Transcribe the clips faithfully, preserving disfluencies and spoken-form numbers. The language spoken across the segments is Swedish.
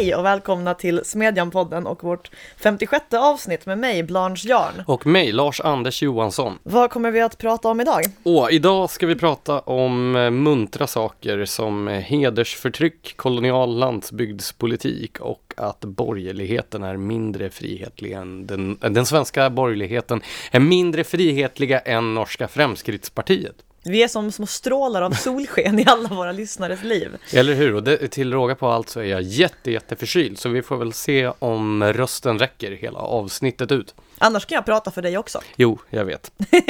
Hej och välkomna till Smedjan-podden och vårt femtiosjätte avsnitt med mig, Blanche Jarn. Och mig, Lars-Anders Johansson. Vad kommer vi att prata om idag? Åh, idag ska vi prata om muntra saker som hedersförtryck, kolonial landsbygdspolitik och att borgerligheten är mindre frihetlig än den, den svenska borgerligheten är mindre frihetliga än norska Fremskrittspartiet. Vi är som små strålar av solsken i alla våra lyssnares liv. Eller hur? Och det, till råga på allt så är jag jätte, jätte förkyld. Så vi får väl se om rösten räcker hela avsnittet ut. Annars kan jag prata för dig också. Jo, jag vet.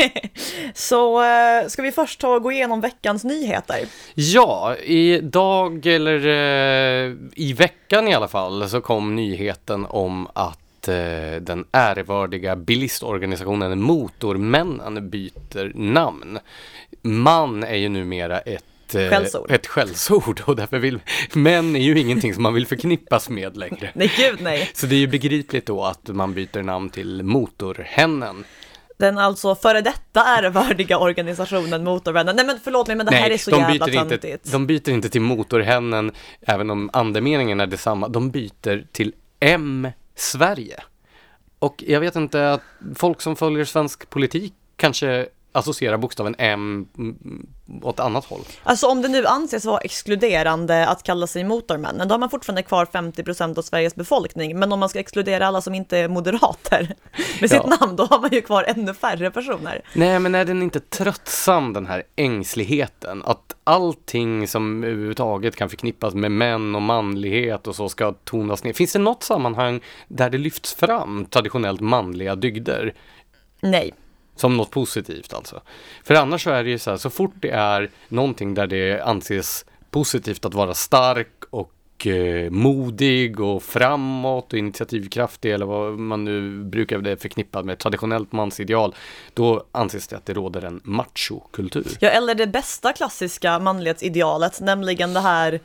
Så äh, ska vi först ta och gå igenom veckans nyheter? Ja, idag eller eh, i veckan i alla fall så kom nyheten om att den ärevördiga bilistorganisationen Motormännen byter namn. Man är ju numera ett Skällsord. ett skällsord och därför vill män är ju ingenting som man vill förknippas med längre. Nej, gud nej. Så det är ju begripligt då att man byter namn till Motorhennen. Den alltså före detta ärevördiga organisationen Motormännen. Nej men förlåt mig, men det Nej, här är så de jävla byter inte, töntigt. de byter inte till Motorhennen även om andemeningen är detsamma. De byter till M Sverige. Och jag vet inte att folk som följer svensk politik kanske associerar bokstaven M åt annat håll. Alltså om det nu anses vara exkluderande att kalla sig motormännen, då har man fortfarande kvar femtio procent av Sveriges befolkning. Men om man ska exkludera alla som inte är moderater med sitt ja. namn, då har man ju kvar ännu färre personer. Nej, men är den inte tröttsam, den här ängsligheten? Att allting som överhuvudtaget kan förknippas med män och manlighet och så ska tonas ner. Finns det något sammanhang där det lyfts fram traditionellt manliga dygder? Nej. Som något positivt alltså. För annars så är det ju så här, så fort det är någonting där det anses positivt att vara stark och eh, modig och framåt och initiativkraftig eller vad man nu brukar det förknippa med traditionellt mansideal, då anses det att det råder en machokultur. Ja, eller det bästa klassiska manlighetsidealet, nämligen det här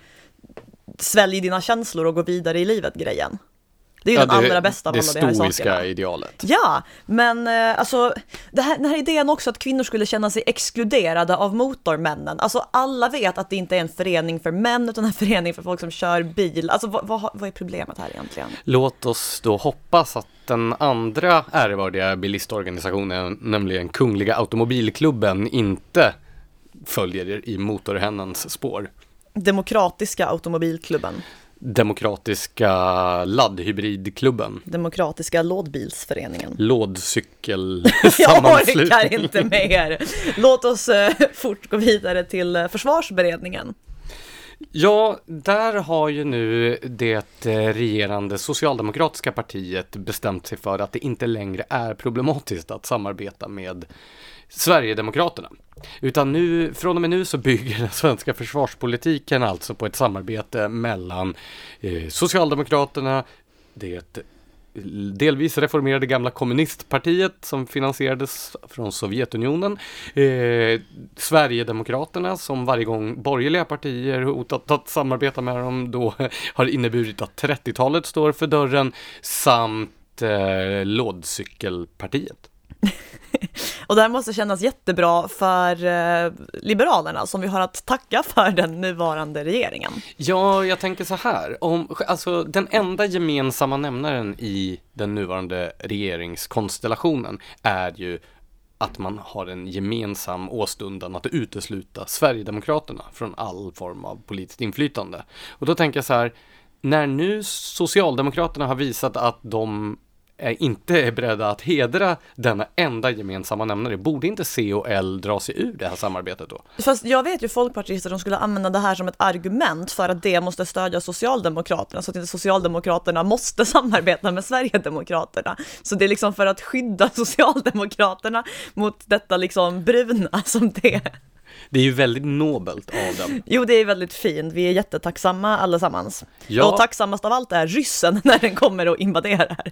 svälj dina känslor och gå vidare i livet grejen. Det är ju ja, den det, allra bästa av det alla de här sakerna. stoiska idealet. Ja, men eh, alltså det här, den här idén också att kvinnor skulle känna sig exkluderade av motormännen. Alltså alla vet att det inte är en förening för män utan en förening för folk som kör bil. Alltså vad, vad, vad är problemet här egentligen? Låt oss då hoppas att den andra ärevördiga bilistorganisationen, nämligen Kungliga Automobilklubben, inte följer i Motorhennens spår. Demokratiska Automobilklubben. Demokratiska laddhybridklubben. Demokratiska lådbilsföreningen. Lådcykelsammanslutning. Jag orkar inte mer. Låt oss eh, fort gå vidare till eh, försvarsberedningen. Ja, där har ju nu det regerande socialdemokratiska partiet bestämt sig för att det inte längre är problematiskt att samarbeta med Sverigedemokraterna. Utan nu, från och med nu så bygger den svenska försvarspolitiken alltså på ett samarbete mellan eh, Socialdemokraterna, det delvis reformerade gamla kommunistpartiet som finansierades från Sovjetunionen, eh, Sverigedemokraterna som varje gång borgerliga partier hotat att samarbeta med dem då har inneburit att trettiotalet står för dörren, samt eh, lådcykelpartiet. Och det här måste kännas jättebra för eh, Liberalerna som vi har att tacka för den nuvarande regeringen. Ja, jag tänker så här. Om, alltså, den enda gemensamma nämnaren i den nuvarande regeringskonstellationen är ju att man har en gemensam åstundan att utesluta Sverigedemokraterna från all form av politiskt inflytande. Och då tänker jag så här, när nu Socialdemokraterna har visat att de är inte är beredda att hedra denna enda gemensamma nämnare, borde inte C och L dra sig ur det här samarbetet då? Fast jag vet ju folkpartister som skulle använda det här som ett argument för att det måste stödja Socialdemokraterna så att inte Socialdemokraterna måste samarbeta med Sverigedemokraterna. Så det är liksom för att skydda Socialdemokraterna mot detta liksom bruna som det. Det är ju väldigt nobelt av dem. Jo, det är väldigt fint. Vi är jättetacksamma allesammans. Ja. Och tacksammast av allt är ryssen när den kommer och invaderar.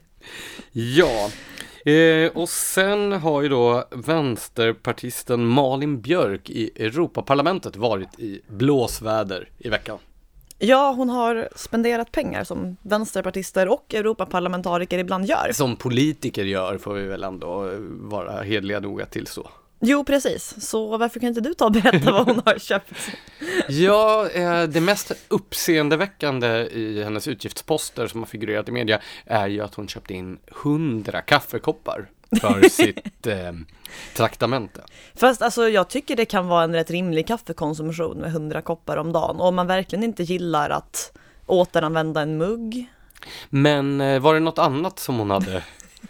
Ja, eh, och sen har ju då vänsterpartisten Malin Björk i Europaparlamentet varit i blåsväder i veckan. Ja, hon har spenderat pengar som vänsterpartister och Europaparlamentariker ibland gör. Som politiker gör, får vi väl ändå vara hedliga nog att tillstå. Jo, precis. Så varför kan inte du ta och berätta vad hon har köpt? Ja, eh, det mest uppseendeväckande i hennes utgiftsposter som har figurerat i media är ju att hon köpte in hundra kaffekoppar för sitt eh, traktamente. Fast alltså, jag tycker det kan vara en rätt rimlig kaffekonsumtion med hundra koppar om dagen. Och om man verkligen inte gillar att återanvända en mugg. Men eh, var det något annat som hon hade?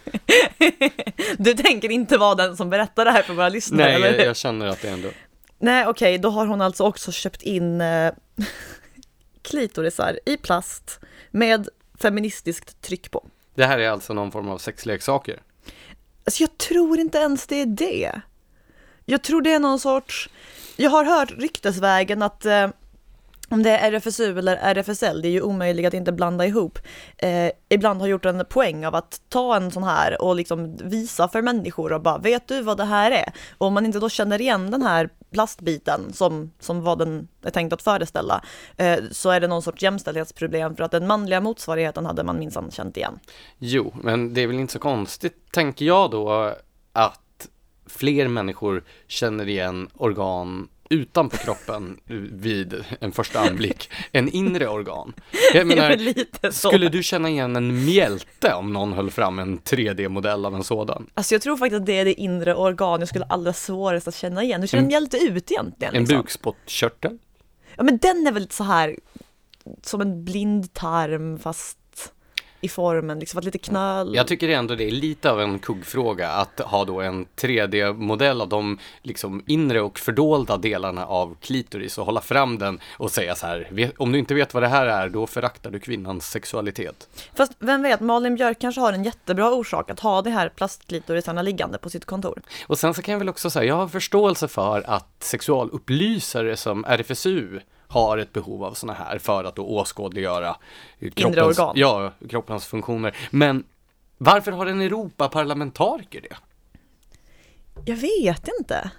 Du tänker inte vara den som berättar det här för våra lyssnare? Nej, eller? jag, jag känner att det ändå... Nej, okej, okay, då har hon alltså också köpt in eh, klitorisar i plast med feministiskt tryck på. Det här är alltså någon form av sexleksaker? Alltså jag tror inte ens det är det. Jag tror det är någon sorts... Jag har hört ryktesvägen att... Eh, om det är R F S U eller R F S L, det är ju omöjligt att inte blanda ihop. Eh, ibland har gjort en poäng av att ta en sån här och liksom visa för människor och bara, vet du vad det här är? Och om man inte då känner igen den här plastbiten som, som vad den är tänkt att föreställa, eh, så är det någon sorts jämställdhetsproblem, för att den manliga motsvarigheten hade man minsann känt igen. Jo, men det är väl inte så konstigt, tänker jag då, att fler människor känner igen organ utanpå kroppen vid en första anblick, en inre organ. Jag menar, lite så. Skulle du känna igen en mjälte om någon höll fram en tre D-modell av en sådan? Alltså jag tror faktiskt att det är det inre organ jag skulle allra svårast att känna igen. Hur ser en mjälte ut egentligen? En liksom? bukspottkörtel? Ja, men den är väl lite så här som en blindtarm fast i formen, liksom, lite knöl. Jag tycker ändå det är lite av en kuggfråga att ha då en tre D-modell av de liksom inre och fördolda delarna av klitoris och hålla fram den och säga så här, om du inte vet vad det här är, då föraktar du kvinnans sexualitet. Fast vem vet, Malin Björk kanske har en jättebra orsak att ha det här plastklitorisarna liggande på sitt kontor. Och sen så kan jag väl också säga, jag har förståelse för att sexualupplysare som R F S U har ett behov av såna här för att då åskådliggöra kroppens, inre organ. Ja, kroppens funktioner. Men varför har en Europaparlamentariker det? Jag vet inte.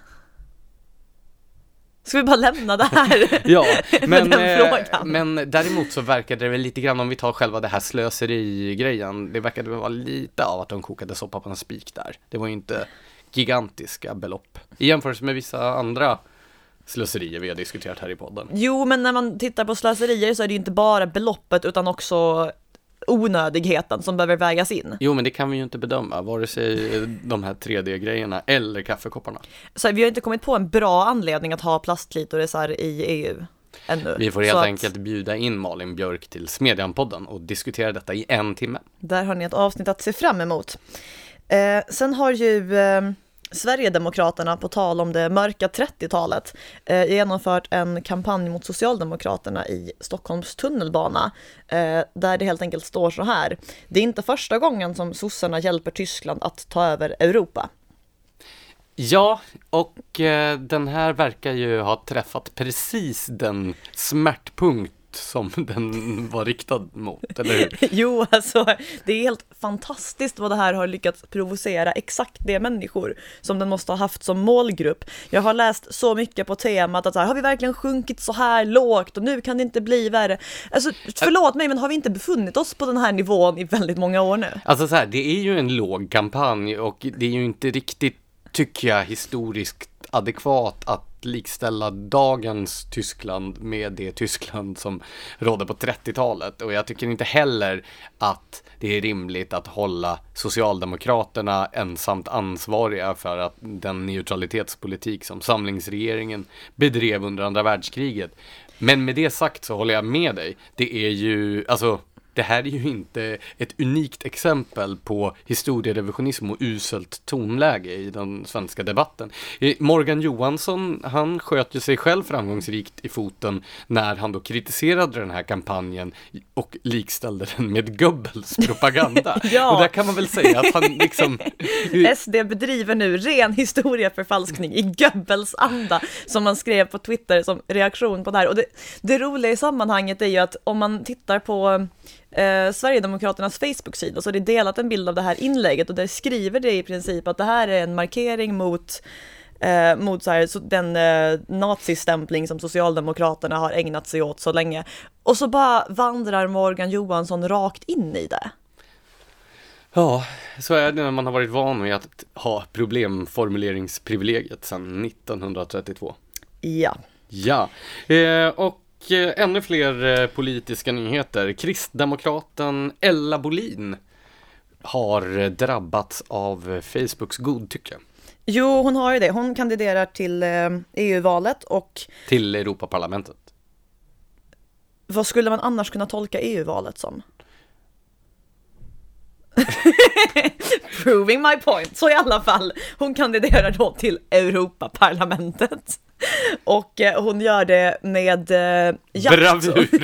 Ska vi bara lämna det här? Ja, men, eh, men däremot så verkade det väl lite grann, om vi tar själva det här slöseri-grejen, det verkade väl vara lite av att de kokade soppa på en spik där. Det var ju inte gigantiska belopp i jämförelse med vissa andra slöserier vi har diskuterat här i podden. Jo, men när man tittar på slöserier så är det ju inte bara beloppet utan också onödigheten som behöver vägas in. Jo, men det kan vi ju inte bedöma, vare sig de här tre D-grejerna eller kaffekopparna. Så vi har inte kommit på en bra anledning att ha plastklitorisar i E U ännu. Vi får helt så enkelt att... bjuda in Malin Björk till Smedjan-podden och diskutera detta i en timme. Där har ni ett avsnitt att se fram emot. Eh, sen har ju... Eh, Sverigedemokraterna, på tal om det mörka trettiotalet, eh, genomfört en kampanj mot Socialdemokraterna i Stockholms tunnelbana, eh, där det helt enkelt står så här: det är inte första gången som sossarna hjälper Tyskland att ta över Europa. Ja, och eh, den här verkar ju ha träffat precis den smärtpunkt som den var riktad mot, eller hur? Jo, alltså det är helt fantastiskt vad det här har lyckats provocera exakt de människor som den måste ha haft som målgrupp. Jag har läst så mycket på temat att så här, har vi verkligen sjunkit så här lågt och nu kan det inte bli värre. Alltså förlåt mig, men har vi inte befunnit oss på den här nivån i väldigt många år nu? Alltså så här, det är ju en låg kampanj och det är ju inte riktigt, tycker jag, historiskt adekvat att likställa dagens Tyskland med det Tyskland som rådde på trettiotalet, och jag tycker inte heller att det är rimligt att hålla Socialdemokraterna ensamt ansvariga för att den neutralitetspolitik som samlingsregeringen bedrev under andra världskriget. Men med det sagt så håller jag med dig. Det är ju, alltså det här är ju inte ett unikt exempel på historierevisionism och uselt tonläge i den svenska debatten. Morgan Johansson, han sköt ju sig själv framgångsrikt i foten när han då kritiserade den här kampanjen och likställde den med Goebbels propaganda. Ja. Och där kan man väl säga att han liksom... S D bedriver nu ren historieförfalskning i Goebbels anda, som man skrev på Twitter som reaktion på det här. Och det, det roliga i sammanhanget är ju att om man tittar på Eh, Sverigedemokraternas Facebook-sida, så har det delat en bild av det här inlägget och där skriver det i princip att det här är en markering mot, eh, mot så här, så den eh, nazistämpling som Socialdemokraterna har ägnat sig åt så länge. Och så bara vandrar Morgan Johansson rakt in i det. Ja, så är det när man har varit van vid att ha problemformuleringsprivilegiet sedan nittonhundratrettiotvå. Ja. Ja, eh, och eh, ännu fler eh, politiska nyheter. Kristdemokraten Ella Bolin har eh, drabbats av eh, Facebooks godtycke. Jo, hon har ju det. Hon kandiderar till eh, E U-valet och... Till Europaparlamentet. Vad skulle man annars kunna tolka E U-valet som? Proving my point. Så i alla fall, hon kandiderar då till Europaparlamentet. Och eh, hon gör det med eh, jakt. Bravur!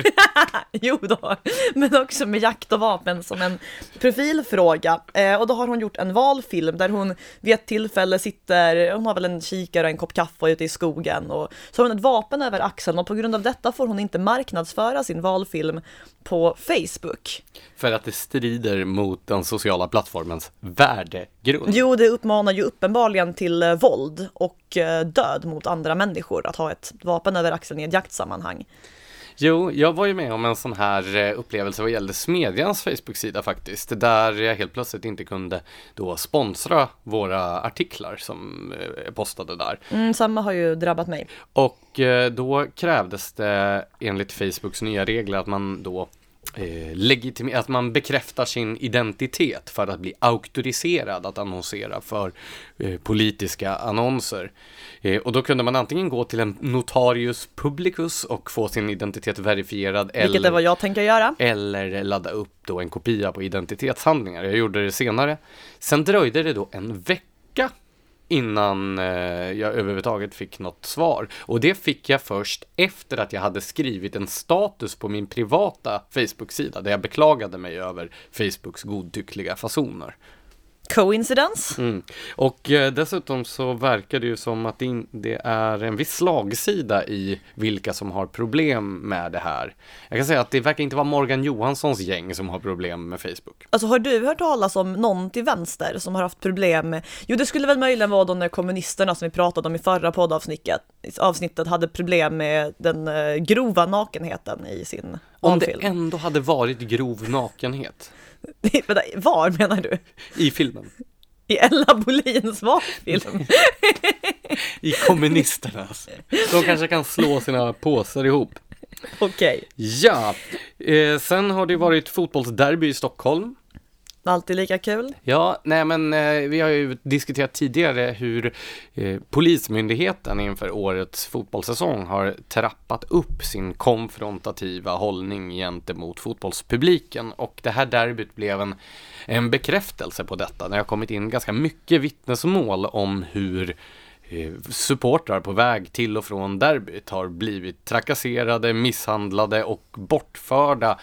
Jo då, men också med jakt och vapen som en profilfråga. Eh, och då har hon gjort en valfilm där hon vid ett tillfälle sitter, hon har väl en kikare och en kopp kaffe ute i skogen. Och så har hon ett vapen över axeln och på grund av detta får hon inte marknadsföra sin valfilm på Facebook. För att det strider mot den sociala plattformens värdegrund. Jo, det uppmanar ju uppenbarligen till eh, våld och eh, död mot andra människor att ha ett vapen över axeln i ett jaktsammanhang. Jo, jag var ju med om en sån här eh, upplevelse vad gällde Smedjans Facebook-sida faktiskt. Där jag helt plötsligt inte kunde då sponsra våra artiklar som eh, postade där. Mm, samma har ju drabbat mig. Och eh, då krävdes det enligt Facebooks nya regler att man då Eh, legitim- att man bekräftar sin identitet för att bli auktoriserad att annonsera för eh, politiska annonser. Eh, och då kunde man antingen gå till en notarius publicus och få sin identitet verifierad. Vilket eller, är vad jag tänker göra. Eller ladda upp då en kopia på identitetshandlingar. Jag gjorde det senare. Sen dröjde det då en vecka innan eh, jag överhuvudtaget fick något svar. Och det fick jag först efter att jag hade skrivit en status på min privata Facebook-sida där jag beklagade mig över Facebooks godtyckliga fasoner. Coincidence? Mm. Och eh, dessutom så verkar det ju som att det, in, det är en viss slagsida i vilka som har problem med det här. Jag kan säga att det verkar inte vara Morgan Johanssons gäng som har problem med Facebook. Alltså har du hört talas om någon till vänster som har haft problem med... Jo, det skulle väl möjligen vara de när kommunisterna som vi pratade om i förra poddavsnittet avsnittet hade problem med den eh, grova nakenheten i sin Om film. det ändå hade varit grov nakenhet. Var menar du? I filmen. I Ella Bolins valfilm. I kommunisternas. De kanske kan slå sina påsar ihop. Okej. Ja, eh, sen har det varit fotbollsderby i Stockholm. Alltid lika kul. Ja, nej men eh, vi har ju diskuterat tidigare hur eh, Polismyndigheten inför årets fotbollssäsong har trappat upp sin konfrontativa hållning gentemot fotbollspubliken. Och det här derbyt blev en, en bekräftelse på detta. Det har kommit in ganska mycket vittnesmål om hur supportrar på väg till och från derbyt har blivit trakasserade, misshandlade och bortförda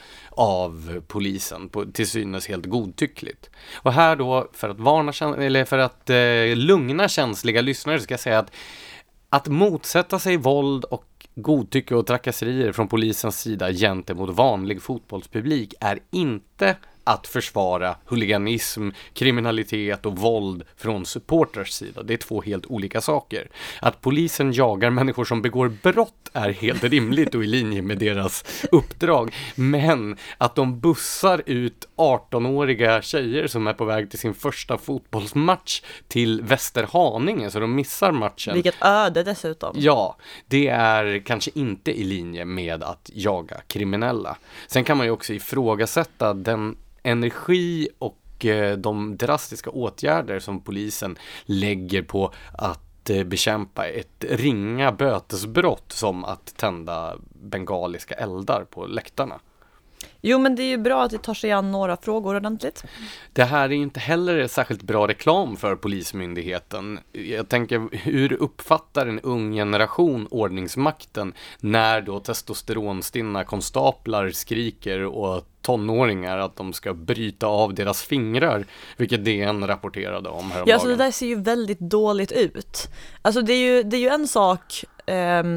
av polisen på, till synes helt godtyckligt. Och här då, för att varna eller för att eh, lugna känsliga lyssnare, ska jag säga att att motsätta sig våld och godtycke och trakasserier från polisens sida gentemot vanlig fotbollspublik är inte att försvara huliganism, kriminalitet och våld från supporters sida. Det är två helt olika saker. Att polisen jagar människor som begår brott är helt rimligt och i linje med deras uppdrag. Men att de bussar ut arton-åriga tjejer som är på väg till sin första fotbollsmatch till Västerhaninge så de missar matchen. Vilket öde dessutom. Ja, det är kanske inte i linje med att jaga kriminella. Sen kan man ju också ifrågasätta den energi och eh, de drastiska åtgärder som polisen lägger på att eh, bekämpa ett ringa bötesbrott som att tända bengaliska eldar på läktarna. Jo, men det är ju bra att det tar sig an några frågor ordentligt. Det här är inte heller särskilt bra reklam för polismyndigheten. Jag tänker, hur uppfattar en ung generation ordningsmakten när då testosteronstinna konstaplar skriker och tonåringar att de ska bryta av deras fingrar, vilket D N rapporterade om häromdagen. Ja, så det där ser ju väldigt dåligt ut. Alltså det är ju, det är ju en sak... Ehm...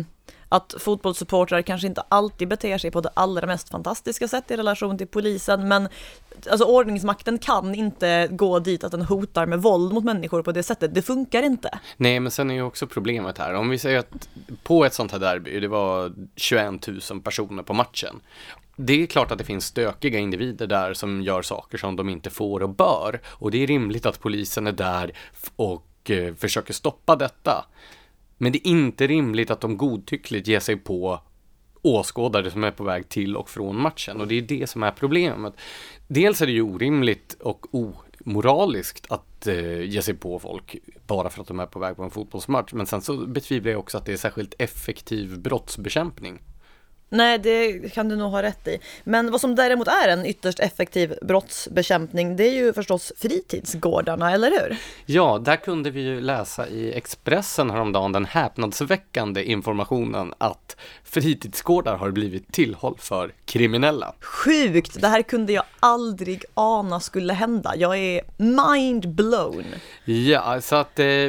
att fotbollssupportrar kanske inte alltid beter sig på det allra mest fantastiska sätt i relation till polisen, men alltså ordningsmakten kan inte gå dit att den hotar med våld mot människor på det sättet. Det funkar inte. Nej, men sen är ju också problemet här. Om vi säger att på ett sånt här derby, det var tjugoett tusen personer på matchen. Det är klart att det finns stökiga individer där som gör saker som de inte får och bör. Och det är rimligt att polisen är där och eh, försöker stoppa detta. Men det är inte rimligt att de godtyckligt ger sig på åskådare som är på väg till och från matchen. Och det är det som är problemet. Dels är det ju orimligt och omoraliskt att eh, ge sig på folk bara för att de är på väg på en fotbollsmatch. Men sen så betvivlar jag också att det är särskilt effektiv brottsbekämpning. Nej, det kan du nog ha rätt i. Men vad som däremot är en ytterst effektiv brottsbekämpning, det är ju förstås fritidsgårdarna, eller hur? Ja, där kunde vi ju läsa i Expressen häromdagen den häpnadsväckande informationen att fritidsgårdar har blivit tillhåll för kriminella. Sjukt! Det här kunde jag aldrig ana skulle hända. Jag är mind blown. Ja, så att eh,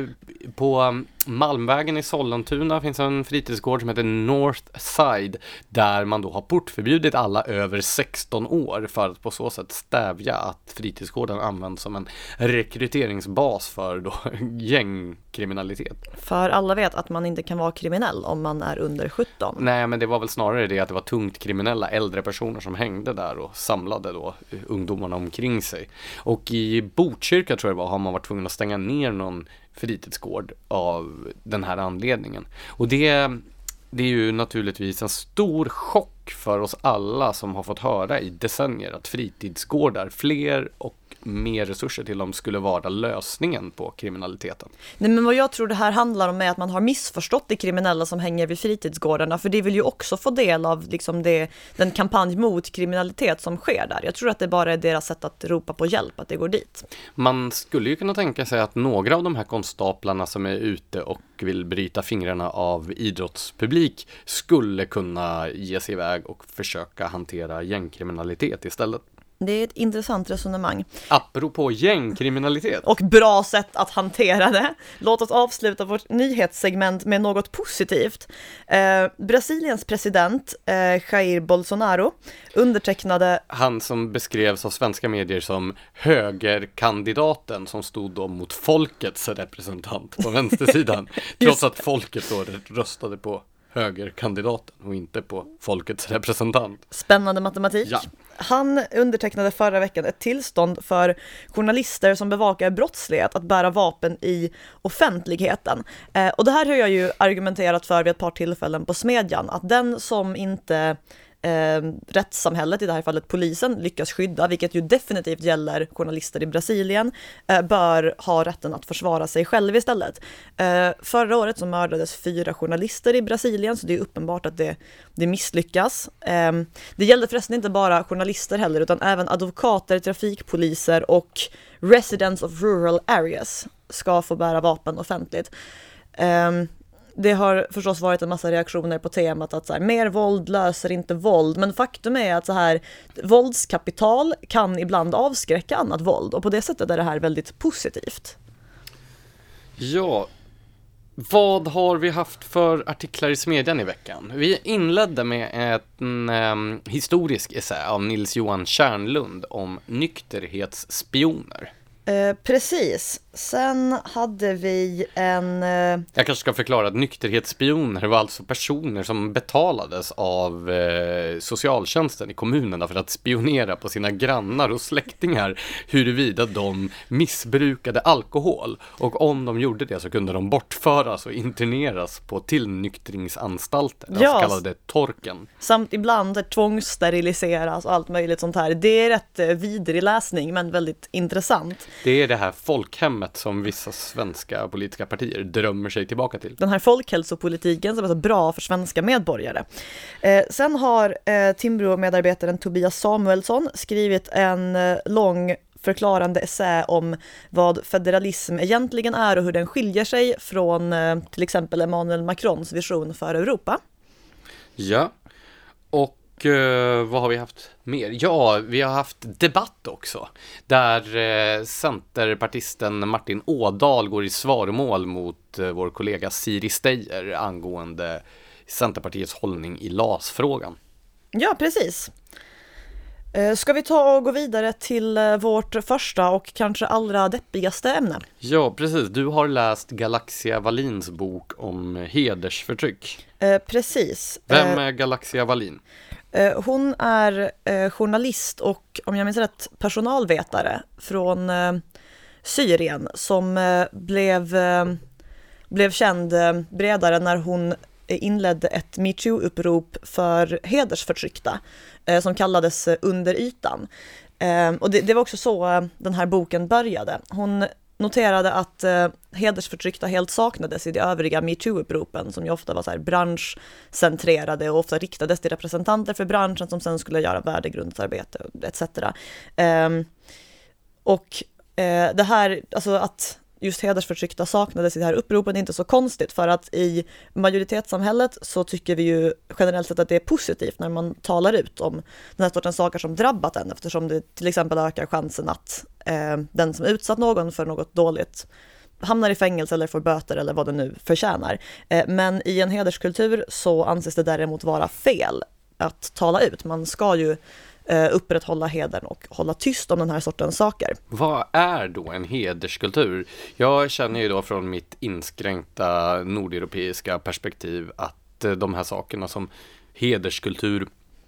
på Malmvägen i Sollentuna finns en fritidsgård som heter Northside där man då har portförbjudit alla över sexton år för att på så sätt stävja att fritidsgården används som en rekryteringsbas för då gängkriminalitet. För alla vet att man inte kan vara kriminell om man är under sjutton. Nej, men det var väl snarare det att det var tungt kriminella äldre personer som hängde där och samlade då ungdomarna omkring sig. Och i Botkyrka tror jag det var har man varit tvungen att stänga ner någon fritidsgård av den här anledningen. Och det, det är ju naturligtvis en stor chock för oss alla som har fått höra i decennier att fritidsgårdar, fler och mer resurser till dem skulle vara lösningen på kriminaliteten. Nej, men vad jag tror det här handlar om är att man har missförstått de kriminella som hänger vid fritidsgårdarna, för det vill ju också få del av liksom det, den kampanj mot kriminalitet som sker där. Jag tror att det bara är deras sätt att ropa på hjälp, att det går dit. Man skulle ju kunna tänka sig att några av de här konstaplarna som är ute och vill bryta fingrarna av idrottspublik skulle kunna ge sig iväg och försöka hantera gängkriminalitet istället. Det är ett intressant resonemang. Apropå gängkriminalitet. Och bra sätt att hantera det. Låt oss avsluta vårt nyhetssegment med något positivt. Eh, Brasiliens president eh, Jair Bolsonaro undertecknade... Han som beskrevs av svenska medier som högerkandidaten som stod då mot folkets representant på vänstersidan. Trots att folket då röstade på högerkandidaten och inte på folkets representant. Spännande matematik. Ja. Han undertecknade förra veckan ett tillstånd för journalister som bevakar brottslighet att bära vapen i offentligheten. Eh, och det här har jag ju argumenterat för vid ett par tillfällen på Smedjan, att den som inte eh, rättssamhället, i det här fallet polisen, lyckas skydda, vilket ju definitivt gäller journalister i Brasilien, eh, bör ha rätten att försvara sig själv istället. Eh, förra året så mördades fyra journalister i Brasilien, så det är uppenbart att det, det misslyckas. Eh, det gällde förresten inte bara journalister heller, utan även advokater, trafikpoliser och residents of rural areas ska få bära vapen offentligt. Eh, Det har förstås varit en massa reaktioner på temat att så här, mer våld löser inte våld. Men faktum är att så här, våldskapital kan ibland avskräcka annat våld. Och på det sättet är det här väldigt positivt. Ja, vad har vi haft för artiklar i Smedjan i veckan? Vi inledde med en um, historisk essä av Nils Johan Kärnlund om nykterhetsspioner. Eh, precis. Sen hade vi en... Eh... Jag kanske ska förklara att nykterhetsspioner var alltså personer som betalades av eh, socialtjänsten i kommunerna för att spionera på sina grannar och släktingar huruvida de missbrukade alkohol. Och om de gjorde det så kunde de bortföras och interneras på tillnyktringsanstalter, den ja, så kallade torken. Samt ibland tvångssteriliseras och allt möjligt sånt här. Det är rätt eh, vidrig läsning, men väldigt intressant. Det är det här folkhemmet som vissa svenska politiska partier drömmer sig tillbaka till. Den här folkhälsopolitiken som är så bra för svenska medborgare. Eh, sen har eh, Timbro-medarbetaren Tobias Samuelsson skrivit en eh, lång förklarande essä om vad federalism egentligen är och hur den skiljer sig från eh, till exempel Emmanuel Macrons vision för Europa. Ja, och Uh, vad har vi haft mer? Ja, vi har haft debatt också. Där uh, centerpartisten Martin Ådahl går i svaromål mot uh, vår kollega Siri Steyer angående Centerpartiets hållning i L A S-frågan. Ja, precis. Ska vi ta och gå vidare till vårt första och kanske allra deppigaste ämne? Ja, precis. Du har läst Galaxia Wallins bok om hedersförtryck. Eh, precis. Vem är Galaxia Wallin? Eh, hon är eh, journalist och, om jag minns rätt, personalvetare från eh, Syrien som eh, blev, eh, blev känd eh, bredare när hon inledde ett MeToo-upprop för hedersförtryckta eh, som kallades Under ytan. Eh, och det, det var också så eh, den här boken började. Hon noterade att eh, hedersförtryckta helt saknades i de övriga MeToo-uppropen som ju ofta var så här branschcentrerade och ofta riktades till representanter för branschen som sen skulle göra värdegrundsarbete et cetera. Eh, och eh, det här, alltså att just hedersförtryckta saknades i det här uppropet är inte så konstigt, för att i majoritetssamhället så tycker vi ju generellt sett att det är positivt när man talar ut om den här sortens saker som drabbat en, eftersom det till exempel ökar chansen att eh, den som utsatt någon för något dåligt hamnar i fängelse eller får böter eller vad det nu förtjänar. Eh, men i en hederskultur så anses det däremot vara fel att tala ut. Man ska ju upprätthålla hedern och hålla tyst om den här sortens saker. Vad är då en hederskultur? Jag känner ju då från mitt inskränkta nordeuropeiska perspektiv att de här sakerna som hederskultur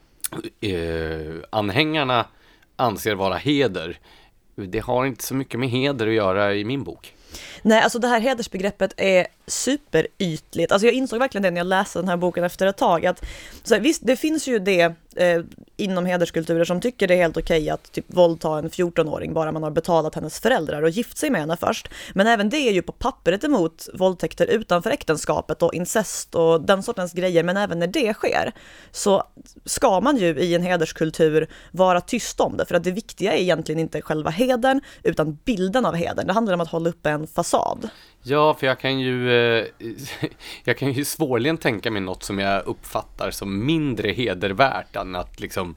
eh, anhängarna anser vara heder, det har inte så mycket med heder att göra i min bok. Nej, alltså det här hedersbegreppet är superytligt. Alltså jag insåg verkligen det när jag läste den här boken efter ett tag. Att, så här, visst, det finns ju det eh, inom hederskulturer som tycker det är helt okej att typ våldta en fjortonåring bara man har betalat hennes föräldrar och gift sig med henne först. Men även det är ju på pappret emot våldtäkter utanför äktenskapet och incest och den sortens grejer. Men även när det sker så ska man ju i en hederskultur vara tyst om det. För att det viktiga är egentligen inte själva hedern utan bilden av hedern. Det handlar om att hålla upp en fasad. Ja, för jag kan ju eh, jag kan ju svårligen tänka mig något som jag uppfattar som mindre hedervärt än att liksom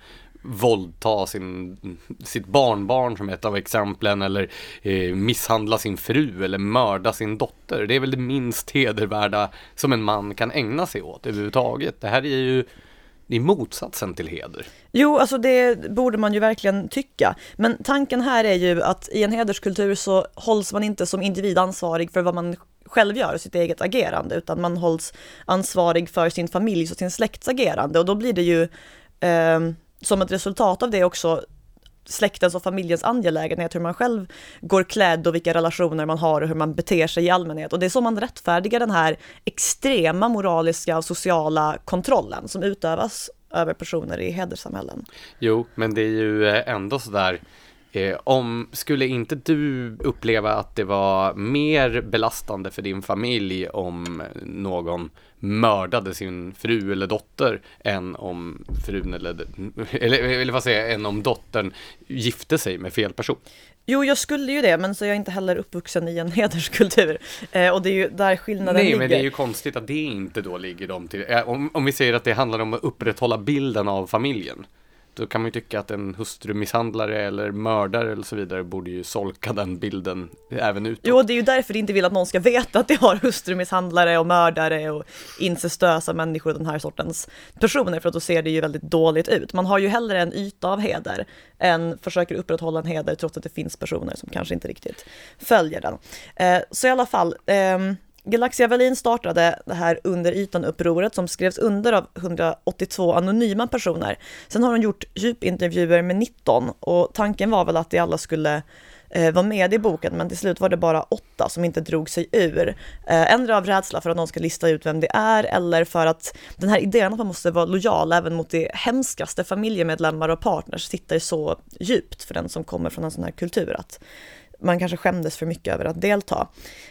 våldta sin, sitt barnbarn som ett av exemplen, eller eh, misshandla sin fru eller mörda sin dotter. Det är väl det minst hedervärda som en man kan ägna sig åt överhuvudtaget. Det här är ju i motsatsen till heder. Jo, alltså det borde man ju verkligen tycka. Men tanken här är ju att i en hederskultur så hålls man inte som individ ansvarig för vad man själv gör, sitt eget agerande, utan man hålls ansvarig för sin familjs och sin släkts agerande. Och då blir det ju eh, som ett resultat av det också släktens och familjens angelägenhet, hur man själv går klädd och vilka relationer man har och hur man beter sig i allmänhet. Och det är så man rättfärdigar den här extrema moraliska och sociala kontrollen som utövas över personer i hederssamhällen. Jo, men det är ju ändå sådär, eh, om skulle inte du uppleva att det var mer belastande för din familj om någon mördade sin fru eller dotter än om frun eller, eller, eller vad säger jag, än om dottern gifte sig med fel person? Jo, jag skulle ju det, men så är jag inte heller uppvuxen i en hederskultur. Eh, och det är ju där skillnaden Nej, ligger. men det är ju konstigt att det inte då ligger dem till. Eh, om, om vi säger att det handlar om att upprätthålla bilden av familjen, då kan man ju tycka att en hustrumisshandlare eller mördare eller så vidare borde ju solka den bilden även utåt. Jo, det är ju därför de inte vill att någon ska veta att de har hustrumisshandlare och mördare och incestösa människor och den här sortens personer, för att då ser det ju väldigt dåligt ut. Man har ju hellre en yta av heder än försöker upprätthålla en heder trots att det finns personer som kanske inte riktigt följer den. Eh, så i alla fall... Eh, Galaxia Wallin startade det här Under ytan-upproret som skrevs under av hundraåttiotvå anonyma personer. Sen har hon gjort djupintervjuer med nitton och tanken var väl att de alla skulle eh, vara med i boken, men till slut var det bara åtta som inte drog sig ur. Eh, ändra av rädsla för att någon ska lista ut vem det är, eller för att den här idén att man måste vara lojal även mot de hemskaste familjemedlemmar och partners sitter så djupt för den som kommer från en sån här kultur att man kanske skämdes för mycket över att delta.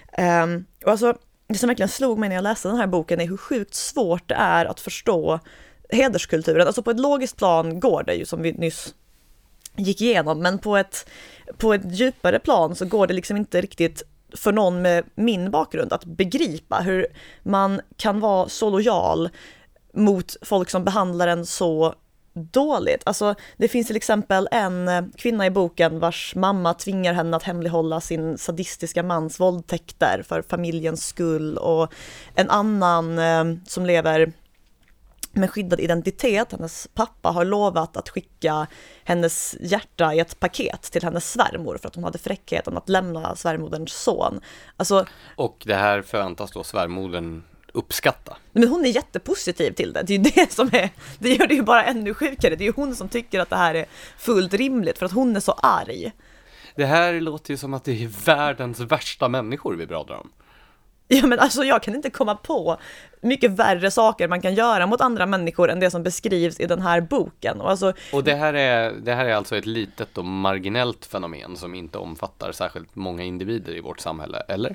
Um, och alltså, det som verkligen slog mig när jag läste den här boken är hur sjukt svårt det är att förstå hederskulturen. Alltså på ett logiskt plan går det ju, som vi nyss gick igenom, men på ett, på ett djupare plan så går det liksom inte riktigt för någon med min bakgrund att begripa hur man kan vara så lojal mot folk som behandlar en så dåligt. Alltså, det finns till exempel en kvinna i boken vars mamma tvingar henne att hemlighålla sin sadistiska mans våldtäkter för familjens skull, och en annan eh, som lever med skyddad identitet. Hennes pappa har lovat att skicka hennes hjärta i ett paket till hennes svärmor för att hon hade fräckheten att lämna svärmoderns son. Alltså, och det här förväntas då svärmodern uppskatta. Men hon är jättepositiv till det. Det är ju det som är, det gör det ju bara ännu sjukare. Det är ju hon som tycker att det här är fullt rimligt för att hon är så arg. Det här låter ju som att det är världens värsta människor vi pratar om. Ja, men alltså jag kan inte komma på mycket värre saker man kan göra mot andra människor än det som beskrivs i den här boken. Och, alltså, och det, här är, det här är alltså ett litet och marginellt fenomen som inte omfattar särskilt många individer i vårt samhälle, eller?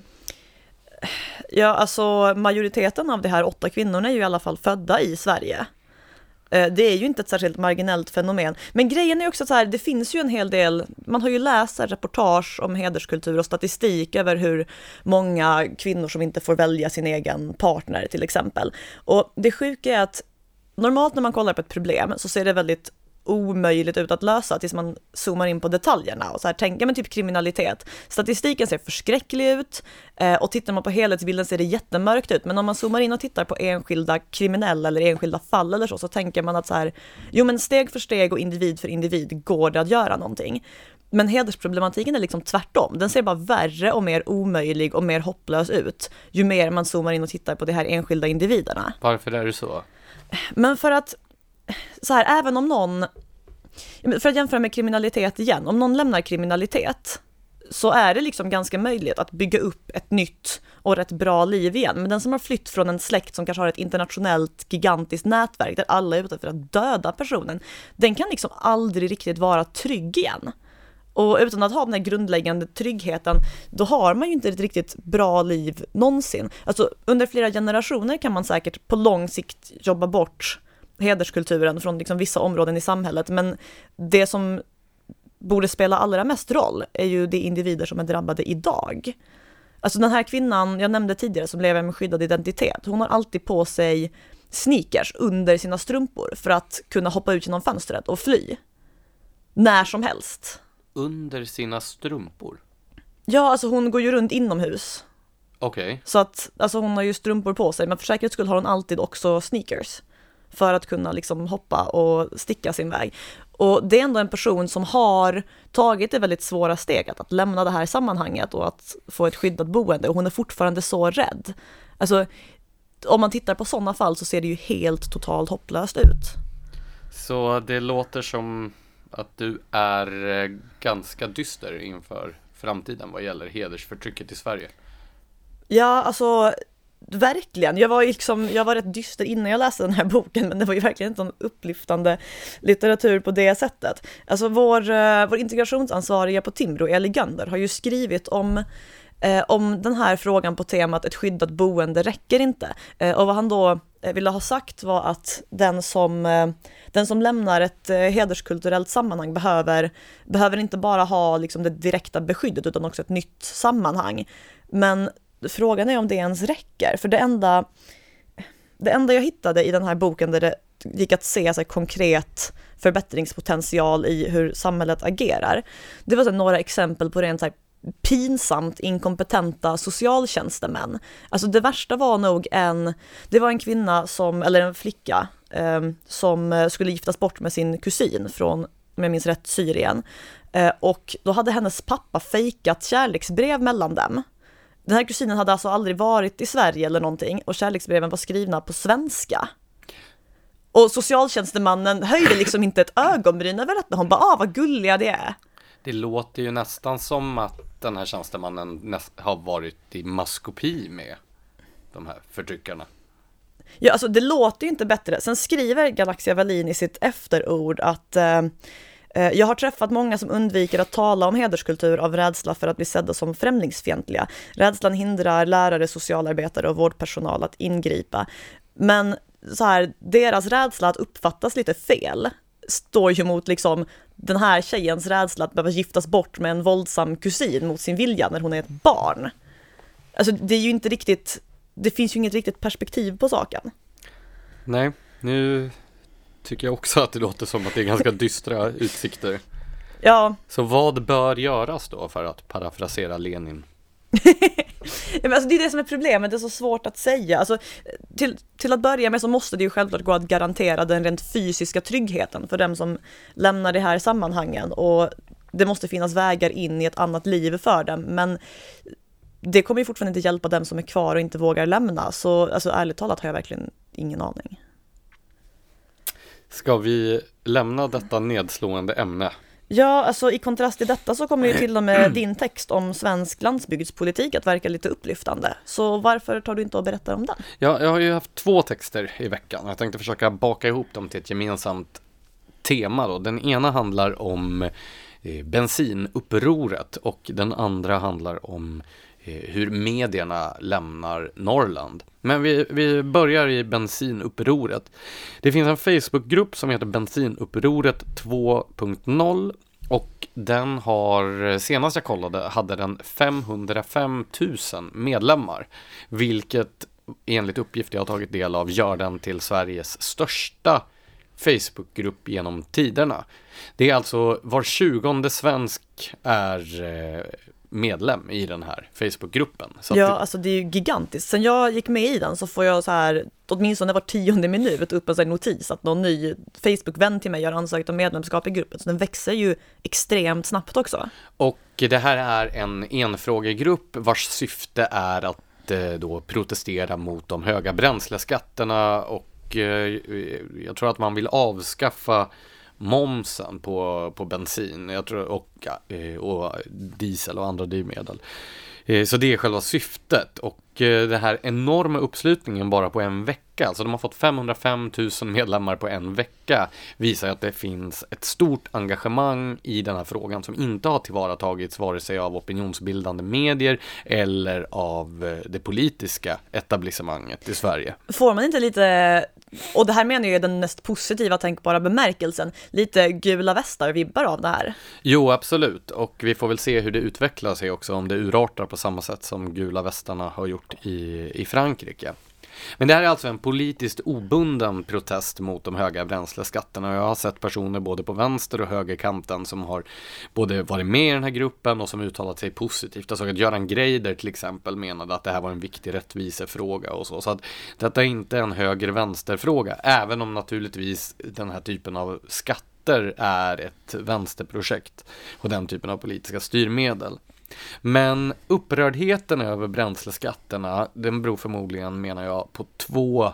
Ja, alltså majoriteten av de här åtta kvinnorna är ju i alla fall födda i Sverige. Det är ju inte ett särskilt marginellt fenomen. Men grejen är också så här, det finns ju en hel del, man har ju läst reportage om hederskultur och statistik över hur många kvinnor som inte får välja sin egen partner till exempel. Och det sjuka är att normalt när man kollar på ett problem så ser det väldigt omöjligt ut att lösa tills man zoomar in på detaljerna och så här tänker man typ kriminalitet. Statistiken ser förskräcklig ut eh, och tittar man på helhetsbilden ser det jättemörkt ut, men om man zoomar in och tittar på enskilda kriminella eller enskilda fall eller så, så tänker man att så här, jo men steg för steg och individ för individ går det att göra någonting. Men hedersproblematiken är liksom tvärtom. Den ser bara värre och mer omöjlig och mer hopplös ut ju mer man zoomar in och tittar på de här enskilda individerna. Varför är det så? Men för att så här, även om någon, för att jämföra med kriminalitet igen, om någon lämnar kriminalitet så är det liksom ganska möjligt att bygga upp ett nytt och rätt bra liv igen. Men den som har flytt från en släkt som kanske har ett internationellt gigantiskt nätverk där alla är ute för att döda personen, den kan liksom aldrig riktigt vara trygg igen. Och utan att ha den här grundläggande tryggheten, då har man ju inte ett riktigt bra liv någonsin. Alltså under flera generationer kan man säkert på lång sikt jobba bort hederskulturen från liksom vissa områden i samhället, men det som borde spela allra mest roll är ju de individer som är drabbade idag. Alltså den här kvinnan jag nämnde tidigare som lever med skyddad identitet, hon har alltid på sig sneakers under sina strumpor för att kunna hoppa ut genom fönstret och fly när som helst. Under sina strumpor? Ja, alltså hon går ju runt inomhus. Okej. Okay. Så att alltså hon har ju strumpor på sig, men för säkerhets skull har hon alltid också sneakers för att kunna liksom hoppa och sticka sin väg. Och det är ändå en person som har tagit det väldigt svåra steget att lämna det här sammanhanget och att få ett skyddat boende, och hon är fortfarande så rädd. Alltså, om man tittar på sådana fall så ser det ju helt totalt hopplöst ut. Så det låter som att du är ganska dyster inför framtiden vad gäller hedersförtrycket i Sverige. Ja, alltså verkligen. Jag var liksom, jag var rätt dyster innan jag läste den här boken, men det var ju verkligen inte en upplyftande litteratur på det sättet. Alltså vår, vår integrationsansvariga på Timbro, Eli Gönder, har ju skrivit om eh, om den här frågan på temat ett skyddat boende räcker inte. Eh, och vad han då ville ha sagt var att den som, eh, den som lämnar ett eh, hederskulturellt sammanhang behöver, behöver inte bara ha liksom det direkta beskyddet utan också ett nytt sammanhang. Men frågan är om det ens räcker, för det enda, det enda jag hittade i den här boken där det gick att se så här, konkret förbättringspotential i hur samhället agerar, det var så här, några exempel på rent så här, pinsamt inkompetenta socialtjänstemän. Alltså det värsta var nog en, det var en kvinna som, eller en flicka eh, som skulle giftas bort med sin kusin från, om jag minns rätt, Syrien. Eh, och då hade hennes pappa fejkat kärleksbrev mellan dem. Den här kusinen hade alltså aldrig varit i Sverige eller någonting, och kärleksbreven var skrivna på svenska. Och socialtjänstemannen höjde liksom inte ett ögonbryn över detta. Hon bara, ah vad gulliga det är. Det låter ju nästan som att den här tjänstemannen näst- har varit i maskopi med de här förtryckarna. Ja, alltså det låter ju inte bättre. Sen skriver Galaxia Wallin i sitt efterord att eh, jag har träffat många som undviker att tala om hederskultur av rädsla för att bli sedda som främlingsfientliga. Rädslan hindrar lärare, socialarbetare och vårdpersonal att ingripa. Men så här, deras rädsla att uppfattas lite fel står ju mot liksom den här tjejens rädsla att behöva giftas bort med en våldsam kusin mot sin vilja när hon är ett barn. Alltså det är ju inte riktigt, det finns ju inget riktigt perspektiv på saken. Nej, nu tycker jag också att det låter som att det är ganska dystra utsikter. Ja. Så vad bör göras då, för att parafrasera Lenin? Ja, men alltså det är det som är problemet, det är så svårt att säga. Alltså, till, till att börja med så måste det ju självklart gå att garantera den rent fysiska tryggheten för dem som lämnar det här sammanhangen, och det måste finnas vägar in i ett annat liv för dem, men det kommer ju fortfarande inte hjälpa dem som är kvar och inte vågar lämna. Så alltså, ärligt talat har jag verkligen ingen aning. Ska vi lämna detta nedslående ämne? Ja, alltså i kontrast till detta så kommer ju till och med din text om svensk landsbygdspolitik att verka lite upplyftande. Så varför tar du inte och berättar om den? Ja, jag har ju haft två texter i veckan. Jag tänkte försöka baka ihop dem till ett gemensamt tema då. Den ena handlar om eh, bensinupproret och den andra handlar om eh, hur medierna lämnar Norrland. Men vi, vi börjar i bensinupproret. Det finns en Facebookgrupp som heter Bensinupproret två punkt noll och den har, senast jag kollade, hade den femhundrafem tusen medlemmar. Vilket enligt uppgift jag har tagit del av gör den till Sveriges största Facebookgrupp genom tiderna. Det är alltså var tjugonde svensk är eh, medlem i den här Facebookgruppen. Så ja, det... alltså det är ju gigantiskt. Sen jag gick med i den så får jag så här, åtminstone var tionde minut upp en sån notis att någon ny Facebook-vän till mig har ansökt om medlemskap i gruppen. Så den växer ju extremt snabbt också. Och det här är en enfrågegrupp vars syfte är att eh, då protestera mot de höga bränsleskatterna och eh, jag tror att man vill avskaffa momsen på, på bensin jag tror, och, och diesel och andra drivmedel. Så det är själva syftet, och det här enorma uppslutningen bara på en vecka, alltså de har fått femhundrafem tusen medlemmar på en vecka, visar att det finns ett stort engagemang i den här frågan som inte har tillvaratagits vare sig av opinionsbildande medier eller av det politiska etablissemanget i Sverige. Får man inte lite, och det här menar jag är den mest positiva tänkbara bemärkelsen, lite gula västar-vibbar av det här? Jo, absolut. Och vi får väl se hur det utvecklar sig också, om det urartar på samma sätt som gula västarna har gjort i, i Frankrike. Men det här är alltså en politiskt obunden protest mot de höga bränsleskatterna. Jag har sett personer både på vänster och högerkanten som har både varit med i den här gruppen och som uttalat sig positivt. Jag såg att Göran Greider till exempel menade att det här var en viktig rättvisefråga och så. Så att detta är inte en höger-vänsterfråga, även om naturligtvis den här typen av skatter är ett vänsterprojekt och den typen av politiska styrmedel. Men upprördheten över bränsleskatterna, den beror förmodligen, menar jag, på två,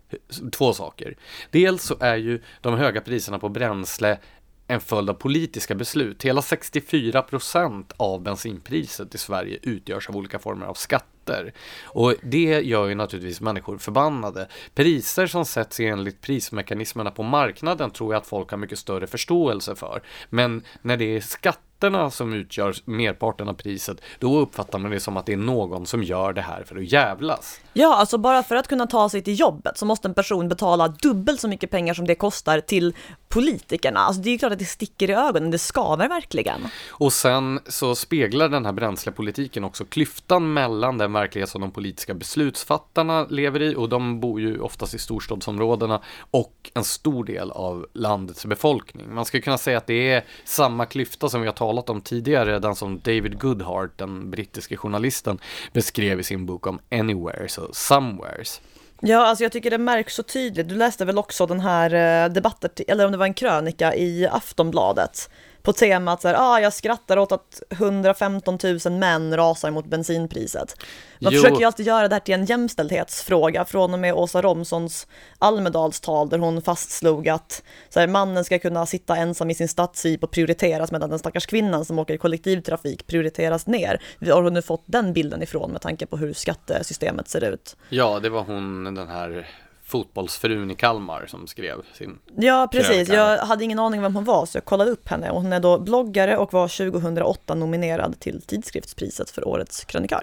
två saker. Dels så är ju de höga priserna på bränsle en följd av politiska beslut. Hela sextiofyra procent av bensinpriset i Sverige utgörs av olika former av skatter. Och det gör ju naturligtvis människor förbannade. Priser som sätts enligt prismekanismerna på marknaden tror jag att folk har mycket större förståelse för. Men när det är skatter som utgör merparten av priset, då uppfattar man det som att det är någon som gör det här för att jävlas. Ja, alltså bara för att kunna ta sig till jobbet så måste en person betala dubbelt så mycket pengar som det kostar till politikerna. Alltså det är ju klart att det sticker i ögonen, det skaver verkligen. Och sen så speglar den här bränslepolitiken också klyftan mellan den verklighet som de politiska beslutsfattarna lever i, och de bor ju oftast i storstadsområdena, och en stor del av landets befolkning. Man skulle kunna säga att det är samma klyfta som vi har talat om tidigare, den som David Goodhart, den brittiske journalisten, beskrev i sin bok om Anywheres och Somewheres. Ja, alltså jag tycker det märks så tydligt. Du läste väl också den här debatten, eller om det var en krönika i Aftonbladet på temat så här, ah, jag skrattar åt att hundrafemton tusen män rasar mot bensinpriset. Man jo. försöker ju alltid göra det här till en jämställdhetsfråga, från och med Åsa Romsons Almedalstal där hon fastslog att så här, mannen ska kunna sitta ensam i sin stadsjeep och prioriteras, medan den stackars kvinnan som åker i kollektivtrafik prioriteras ner. Vi har nu fått den bilden ifrån med tanke på hur skattesystemet ser ut. Ja, det var hon, den här fotbollsfrun i Kalmar, som skrev sin... Ja, precis. Jag hade ingen aning vem hon var, så jag kollade upp henne. Och hon är då bloggare och var tjugohundraåtta nominerad till tidskriftspriset för årets krönikör.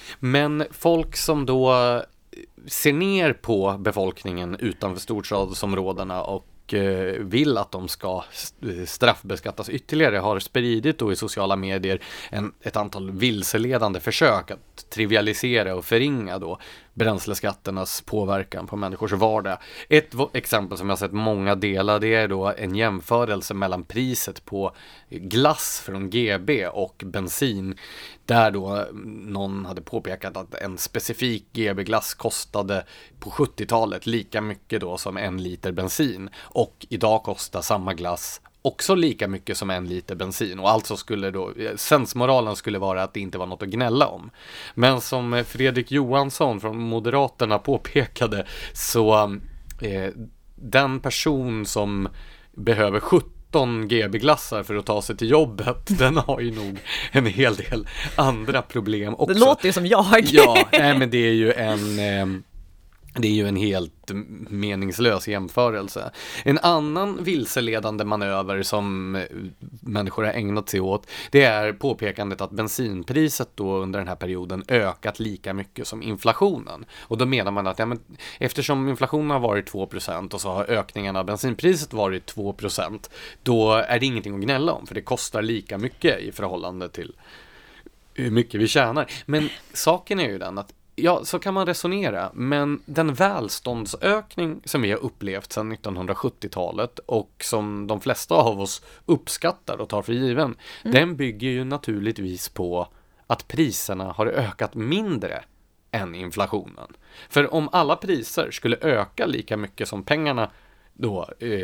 Men folk som då ser ner på befolkningen utanför storstadsområdena och och eh, vill att de ska straffbeskattas ytterligare har spridit då i sociala medier en, ett antal vilseledande försök att trivialisera och förringa då bränsleskatternas påverkan på människors vardag. Ett v- exempel som jag sett många dela, det är då en jämförelse mellan priset på glass från G B och bensin, där då någon hade påpekat att en specifik G B-glass kostade på sjuttiotalet lika mycket då som en liter bensin, och idag kostar samma glass också lika mycket som en liter bensin, och alltså skulle då sensmoralen skulle vara att det inte var något att gnälla om. Men som Fredrik Johansson från Moderaterna påpekade, så eh, den person som behöver sjutton G B-glassar för att ta sig till jobbet, den har ju nog en hel del andra problem också. Det låter ju som jag. Ja, nej, men det är ju en eh, det är ju en helt meningslös jämförelse. En annan vilseledande manöver som människor har ägnat sig åt, det är påpekandet att bensinpriset då under den här perioden ökat lika mycket som inflationen. Och då menar man att ja, men, eftersom inflationen har varit två procent och så har ökningen av bensinpriset varit två procent, då är det ingenting att gnälla om, för det kostar lika mycket i förhållande till hur mycket vi tjänar. Men saken är ju den att ja, så kan man resonera, men den välståndsökning som vi har upplevt sedan nittonhundrasjuttiotalet och som de flesta av oss uppskattar och tar för given, mm. den bygger ju naturligtvis på att priserna har ökat mindre än inflationen. För om alla priser skulle öka lika mycket som pengarna då,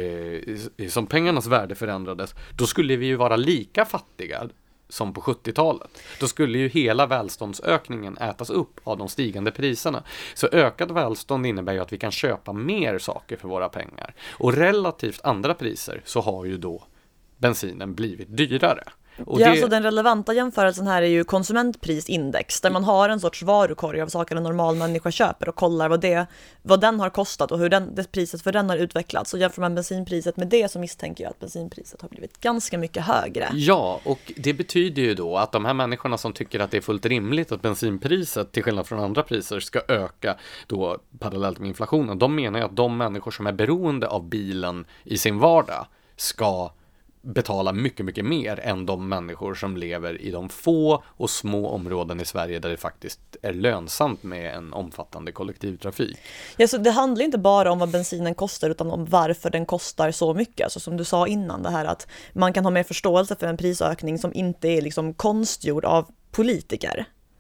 eh, som pengarnas värde förändrades, då skulle vi ju vara lika fattiga som på sjuttiotalet. Då skulle ju hela välståndsökningen ätas upp av de stigande priserna. Så ökad välstånd innebär ju att vi kan köpa mer saker för våra pengar. Och relativt andra priser så har ju då bensinen blivit dyrare. Och ja, det... alltså den relevanta jämförelsen här är ju konsumentprisindex, där man har en sorts varukorg av saker en normal människa köper och kollar vad, det, vad den har kostat och hur den, det priset för den har utvecklats. Och jämför man bensinpriset med det, så misstänker jag att bensinpriset har blivit ganska mycket högre. Ja, och det betyder ju då att de här människorna som tycker att det är fullt rimligt att bensinpriset till skillnad från andra priser ska öka då parallellt med inflationen, de menar ju att de människor som är beroende av bilen i sin vardag ska betala mycket, mycket mer än de människor som lever i de få och små områden i Sverige där det faktiskt är lönsamt med en omfattande kollektivtrafik. Ja, så det handlar inte bara om vad bensinen kostar, utan om varför den kostar så mycket. Alltså som du sa innan, det här att man kan ha mer förståelse för en prisökning som inte är liksom konstgjord av politiker.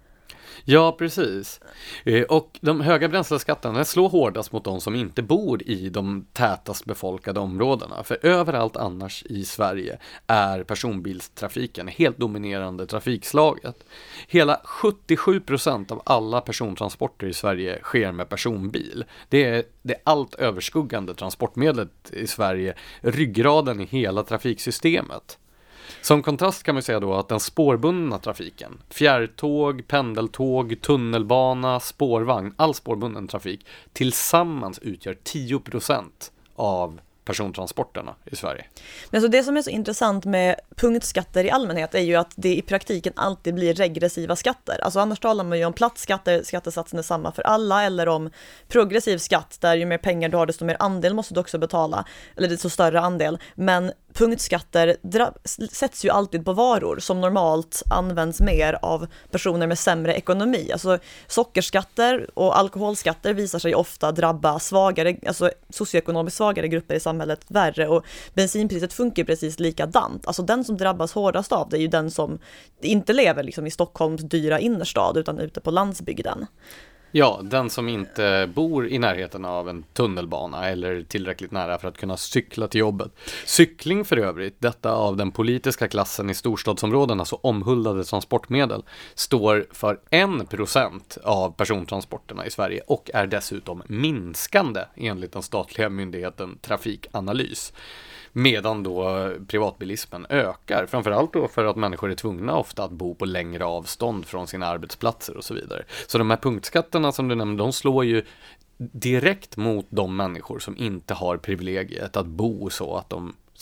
Ja, precis. Och de höga bränsleskatterna slår hårdast mot de som inte bor i de tätast befolkade områdena. För överallt annars i Sverige är personbilstrafiken helt dominerande trafikslaget. Hela sjuttiosju procent av alla persontransporter i Sverige sker med personbil. Det är det allt överskuggande transportmedlet i Sverige, ryggraden i hela trafiksystemet. Som kontrast kan man säga då att den spårbundna trafiken, fjärrtåg, pendeltåg, tunnelbana, spårvagn, all spårbunden trafik tillsammans utgör tio procent av persontransporterna i Sverige. Men så det som är så intressant med punktskatter i allmänhet är ju att det i praktiken alltid blir regressiva skatter. Alltså annars talar man ju om platt skatter, skattesatsen är samma för alla, eller om progressiv skatt där ju mer pengar du har desto mer andel måste du också betala, eller desto större andel. Men punktskatter dra- sätts ju alltid på varor som normalt används mer av personer med sämre ekonomi. Alltså sockerskatter och alkoholskatter visar sig ofta drabba svagare, alltså socioekonomiskt svagare grupper i samhället värre, och bensinpriset funkar precis likadant. Alltså den som drabbas hårdast av det är ju den som inte lever liksom i Stockholms dyra innerstad utan ute på landsbygden. Ja, den som inte bor i närheten av en tunnelbana eller tillräckligt nära för att kunna cykla till jobbet. Cykling för övrigt, detta av den politiska klassen i storstadsområdena så omhuldade transportmedel, står för en procent av persontransporterna i Sverige och är dessutom minskande enligt den statliga myndigheten Trafikanalys. Medan då privatbilismen ökar, framförallt då för att människor är tvungna ofta att bo på längre avstånd från sina arbetsplatser och så vidare. Så de här punktskatterna som du nämnde, de slår ju direkt mot de människor som inte har privilegiet att bo så att de slipper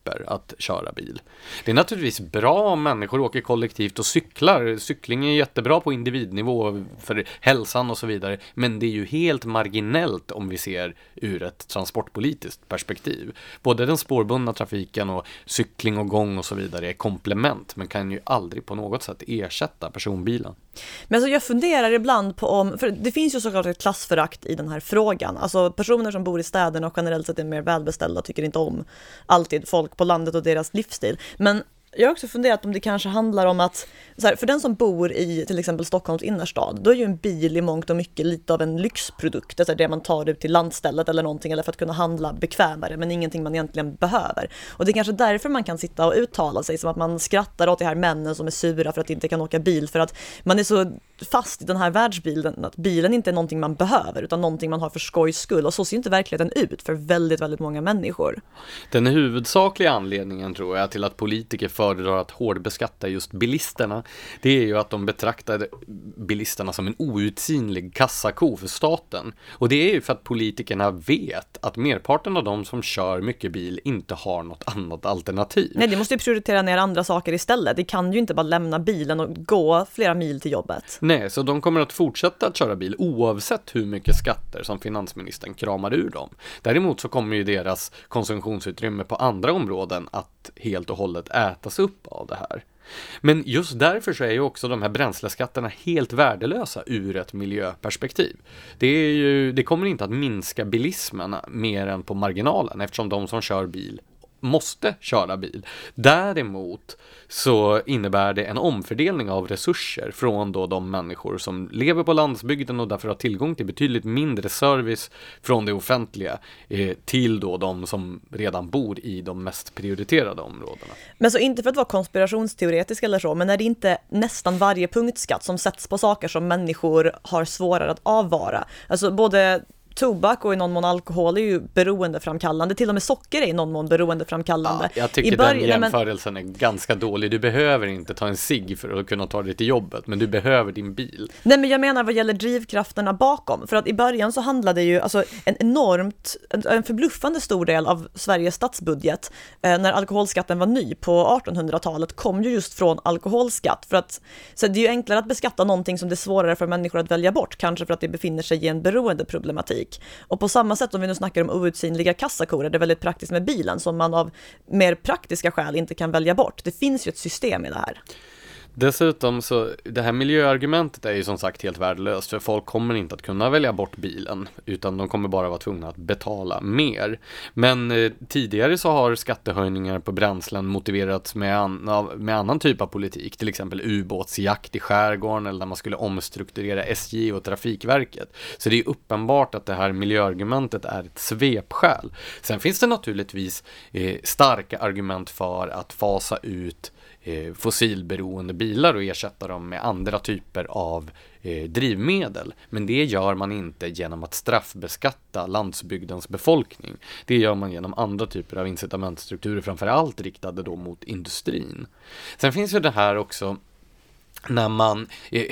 slipper att köra bil. Det är naturligtvis bra om människor åker kollektivt och cyklar. Cykling är jättebra på individnivå för hälsan och så vidare. Men det är ju helt marginellt om vi ser ur ett transportpolitiskt perspektiv. Både den spårbundna trafiken och cykling och gång och så vidare är komplement, men kan ju aldrig på något sätt ersätta personbilen. Men alltså jag funderar ibland på om, för det finns ju såklart ett klassförakt i den här frågan. Alltså personer som bor i städerna och generellt sett är mer välbeställda tycker inte om alltid folk på landet och deras livsstil. Men jag har också funderat om det kanske handlar om att så här, för den som bor i till exempel Stockholms innerstad, då är ju en bil i mångt och mycket lite av en lyxprodukt, alltså det man tar ut till landstället eller någonting, eller för att kunna handla bekvämare, men ingenting man egentligen behöver. Och det är kanske därför man kan sitta och uttala sig som att man skrattar åt de här männen som är sura för att inte kan åka bil, för att man är så fast i den här världsbilden att bilen inte är någonting man behöver utan någonting man har för skojs skull, och så ser inte verkligheten ut för väldigt, väldigt många människor. Den huvudsakliga anledningen tror jag till att politiker föredrar att hårdbeskatta just bilisterna, det är ju att de betraktar bilisterna som en outsinlig kassako för staten. Och det är ju för att politikerna vet att merparten av de som kör mycket bil inte har något annat alternativ. Nej, det måste ju prioritera ner andra saker istället. Det kan ju inte bara lämna bilen och gå flera mil till jobbet. Nej, så de kommer att fortsätta att köra bil oavsett hur mycket skatter som finansministern kramar ur dem. Däremot så kommer ju deras konsumtionsutrymme på andra områden att helt och hållet ätas upp av det här. Men just därför så är ju också de här bränsleskatterna helt värdelösa ur ett miljöperspektiv. Det, är ju, det kommer inte att minska bilismen mer än på marginalen, eftersom de som kör bil måste köra bil. Däremot så innebär det en omfördelning av resurser från då de människor som lever på landsbygden och därför har tillgång till betydligt mindre service från det offentliga eh, till då de som redan bor i de mest prioriterade områdena. Men så inte för att vara konspirationsteoretisk eller så, men är det inte nästan varje punktskatt som sätts på saker som människor har svårare att avvara? Alltså både tobak och i någon mån alkohol är ju beroendeframkallande. Till och med socker är i någon mån beroendeframkallande. Ja, jag tycker I början, den jämförelsen men... är ganska dålig. Du behöver inte ta en cigg för att kunna ta dig till jobbet, men du behöver din bil. Nej, men jag menar vad gäller drivkrafterna bakom. För att i början så handlade ju alltså en enormt, en, en förbluffande stor del av Sveriges statsbudget eh, när alkoholskatten var ny på artonhundratalet kom ju just från alkoholskatt. För att så det är ju enklare att beskatta någonting som det är svårare för människor att välja bort, kanske för att det befinner sig i en beroendeproblematik. Och på samma sätt, om vi nu snackar om outsinliga kassakorer, det är väldigt praktiskt med bilen som man av mer praktiska skäl inte kan välja bort. Det finns ju ett system i det här. Dessutom så, det här miljöargumentet är ju som sagt helt värdelöst, för folk kommer inte att kunna välja bort bilen, utan de kommer bara vara tvungna att betala mer. Men eh, tidigare så har skattehöjningar på bränslen motiverats med, an, med annan typ av politik, till exempel ubåtsjakt i skärgården eller när man skulle omstrukturera S J och Trafikverket. Så det är uppenbart att det här miljöargumentet är ett svepskäl. Sen finns det naturligtvis eh, starka argument för att fasa ut fossilberoende bilar och ersätta dem med andra typer av eh, drivmedel. Men det gör man inte genom att straffbeskatta landsbygdens befolkning. Det gör man genom andra typer av incitamentstrukturer, framförallt riktade då mot industrin. Sen finns ju det här också när man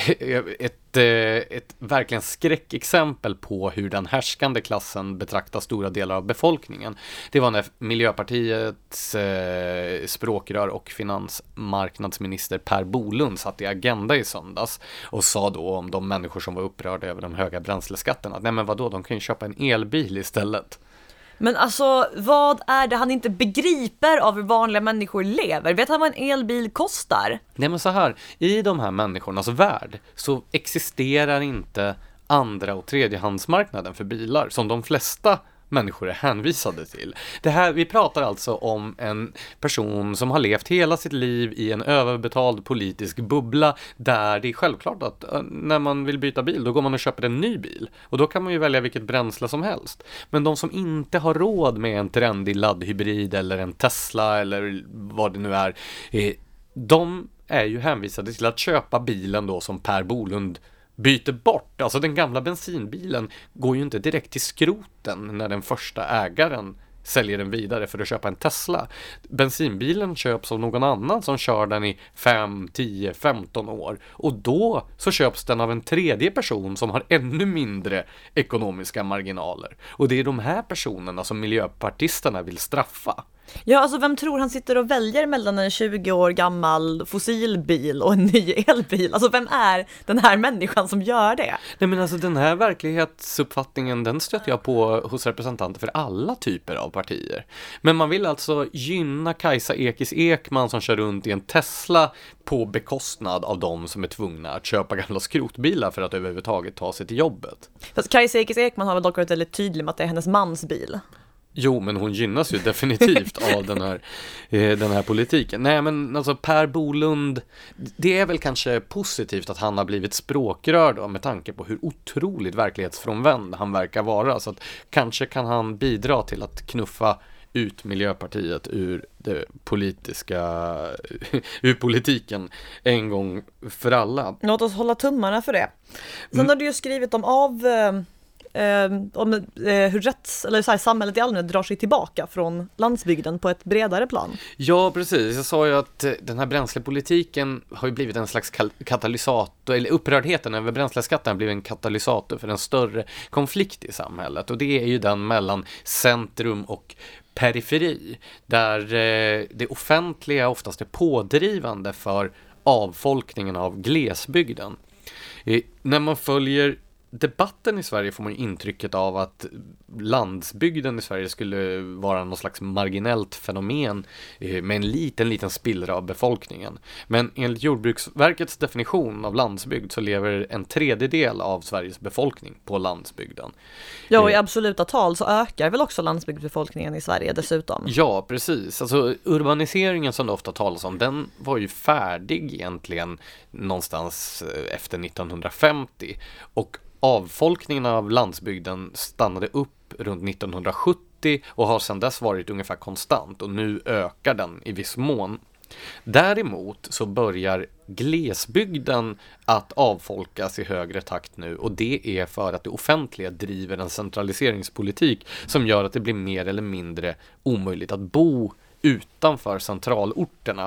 ett, ett verkligen skräckexempel på hur den härskande klassen betraktar stora delar av befolkningen. Det var när Miljöpartiets eh, språkrör och finansmarknadsminister Per Bolund satt i Agenda i söndags och sa då om de människor som var upprörda över de höga bränsleskatterna att nej men vadå, de kan ju köpa en elbil istället. Men alltså, vad är det han inte begriper av hur vanliga människor lever? Vet han vad en elbil kostar? Nej men så här, i de här människornas värld så existerar inte andra- och tredjehandsmarknaden för bilar som de flesta människor är hänvisade till. Det här, vi pratar alltså om en person som har levt hela sitt liv i en överbetald politisk bubbla där det är självklart att när man vill byta bil då går man och köper en ny bil och då kan man ju välja vilket bränsle som helst. Men de som inte har råd med en trendig laddhybrid eller en Tesla eller vad det nu är, de är ju hänvisade till att köpa bilen då som Per Bolund byter bort. Alltså den gamla bensinbilen går ju inte direkt till skroten när den första ägaren säljer den vidare för att köpa en Tesla. Bensinbilen köps av någon annan som kör den i fem, tio, femton år. Och då så köps den av en tredje person som har ännu mindre ekonomiska marginaler. Och det är de här personerna som miljöpartisterna vill straffa. Ja, alltså vem tror han sitter och väljer mellan en tjugo år gammal fossilbil och en ny elbil? Alltså vem är den här människan som gör det? Nej, men alltså den här verklighetsuppfattningen, den stöter jag på hos representanter för alla typer av partier. Men man vill alltså gynna Kajsa Ekis Ekman som kör runt i en Tesla på bekostnad av de som är tvungna att köpa gamla skrotbilar för att överhuvudtaget ta sig till jobbet. Fast Kajsa Ekis Ekman har väl dock varit väldigt tydlig med att det är hennes mans bil. Jo, men hon gynnas ju definitivt av den här, eh, den här politiken. Nej, men alltså Per Bolund, det är väl kanske positivt att han har blivit språkrör då, med tanke på hur otroligt verklighetsfrånvänd han verkar vara. Så att kanske kan han bidra till att knuffa ut Miljöpartiet ur det politiska, ur politiken en gång för alla. Låt oss hålla tummarna för det. Sen mm. har du ju skrivit om av... Eh, om eh, hur rätts, eller så här, samhället i allmänhet drar sig tillbaka från landsbygden på ett bredare plan. Ja, precis. Jag sa ju att den här bränslepolitiken har ju blivit en slags katalysator, eller upprördheten över bränsleskatten har blivit en katalysator för en större konflikt i samhället. Och det är ju den mellan centrum och periferi, där eh, det offentliga oftast är pådrivande för avfolkningen av glesbygden. Eh, när man följer debatten i Sverige får man ju intrycket av att landsbygden i Sverige skulle vara någon slags marginellt fenomen med en liten, liten spillra av befolkningen. Men enligt Jordbruksverkets definition av landsbygd så lever en tredjedel av Sveriges befolkning på landsbygden. Ja, och i absoluta tal så ökar väl också landsbygdsbefolkningen i Sverige dessutom. Ja, precis. Alltså urbaniseringen som det ofta talas om, den var ju färdig egentligen någonstans efter nittonhundrafemtio, och avfolkningen av landsbygden stannade upp runt nittonhundrasjuttio och har sedan dess varit ungefär konstant, och nu ökar den i viss mån. Däremot så börjar glesbygden att avfolkas i högre takt nu, och det är för att det offentliga driver en centraliseringspolitik som gör att det blir mer eller mindre omöjligt att bo utanför centralorterna.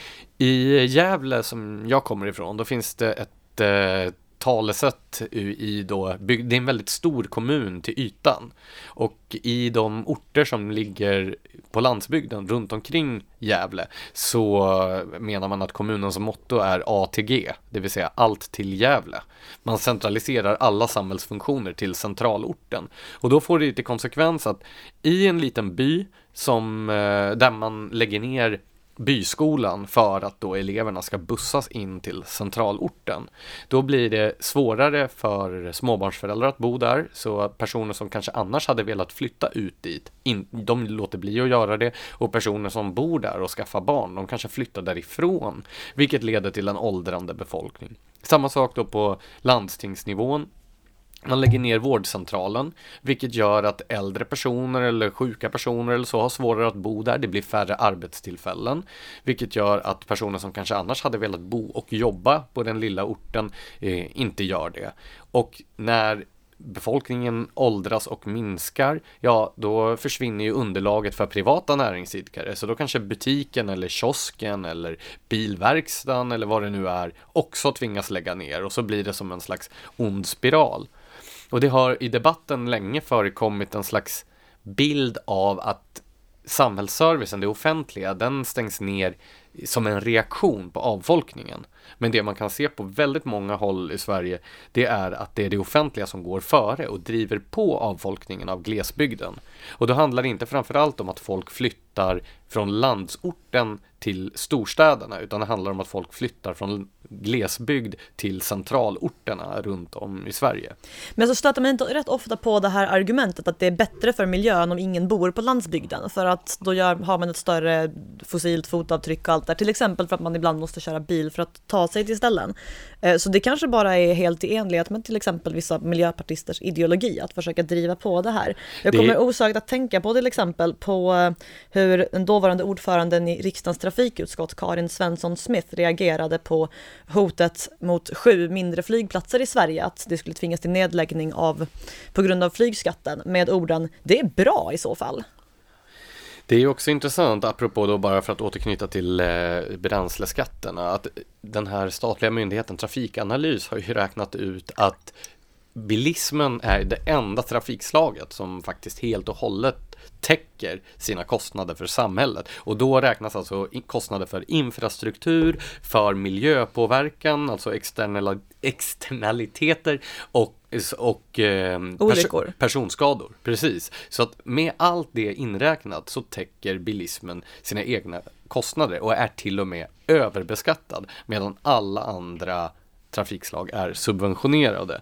I Gävle, som jag kommer ifrån, då finns det ett eh, talesätt i då, det är en väldigt stor kommun till ytan, och i de orter som ligger på landsbygden runt omkring Gävle så menar man att kommunens motto är A T G, det vill säga allt till Gävle. Man centraliserar alla samhällsfunktioner till centralorten, och då får det till konsekvens att i en liten by som, där man lägger ner byskolan för att då eleverna ska bussas in till centralorten, då blir det svårare för småbarnsföräldrar att bo där, så personer som kanske annars hade velat flytta ut dit, in, de låter bli att göra det, och personer som bor där och skaffar barn, de kanske flyttar därifrån, vilket leder till en åldrande befolkning. Samma sak då på landstingsnivån. Man lägger ner vårdcentralen, vilket gör att äldre personer eller sjuka personer eller så har svårare att bo där. Det blir färre arbetstillfällen, vilket gör att personer som kanske annars hade velat bo och jobba på den lilla orten eh, inte gör det. Och när befolkningen åldras och minskar, ja, då försvinner ju underlaget för privata näringsidkare. Så då kanske butiken eller kiosken eller bilverkstan eller vad det nu är också tvingas lägga ner, och så blir det som en slags ond spiral. Och det har i debatten länge förekommit en slags bild av att samhällsservicen, det offentliga, den stängs ner som en reaktion på avfolkningen. Men det man kan se på väldigt många håll i Sverige, det är att det är det offentliga som går före och driver på avfolkningen av glesbygden. Och då handlar det inte framförallt om att folk flyttar från landsorten till storstäderna, utan det handlar om att folk flyttar från glesbygd till centralorterna runt om i Sverige. Men så stöter man inte rätt ofta på det här argumentet att det är bättre för miljön om ingen bor på landsbygden, för att då gör, har man ett större fossilt fotavtryck och allt där, till exempel för att man ibland måste köra bil för att ta sig till ställen. Så det kanske bara är helt i enlighet med till exempel vissa miljöpartisters ideologi att försöka driva på det här. Jag kommer det... osökt att tänka på till exempel på hur den dåvarande ordföranden i riksdagens trafikutskott, Karin Svensson Smith, reagerade på hotet mot sju mindre flygplatser i Sverige, att det skulle tvingas till nedläggning av, på grund av flygskatten, med orden det är bra i så fall. Det är också intressant, apropå då, bara för att återknyta till eh, bränsleskatterna, att den här statliga myndigheten Trafikanalys har ju räknat ut att bilismen är det enda trafikslaget som faktiskt helt och hållet helt täcker sina kostnader för samhället. Och då räknas alltså kostnader för infrastruktur, för miljöpåverkan, alltså external, externaliteter och, och eh, pers- personskador. Precis. Så att med allt det inräknat så täcker bilismen sina egna kostnader och är till och med överbeskattad, medan alla andra trafikslag är subventionerade.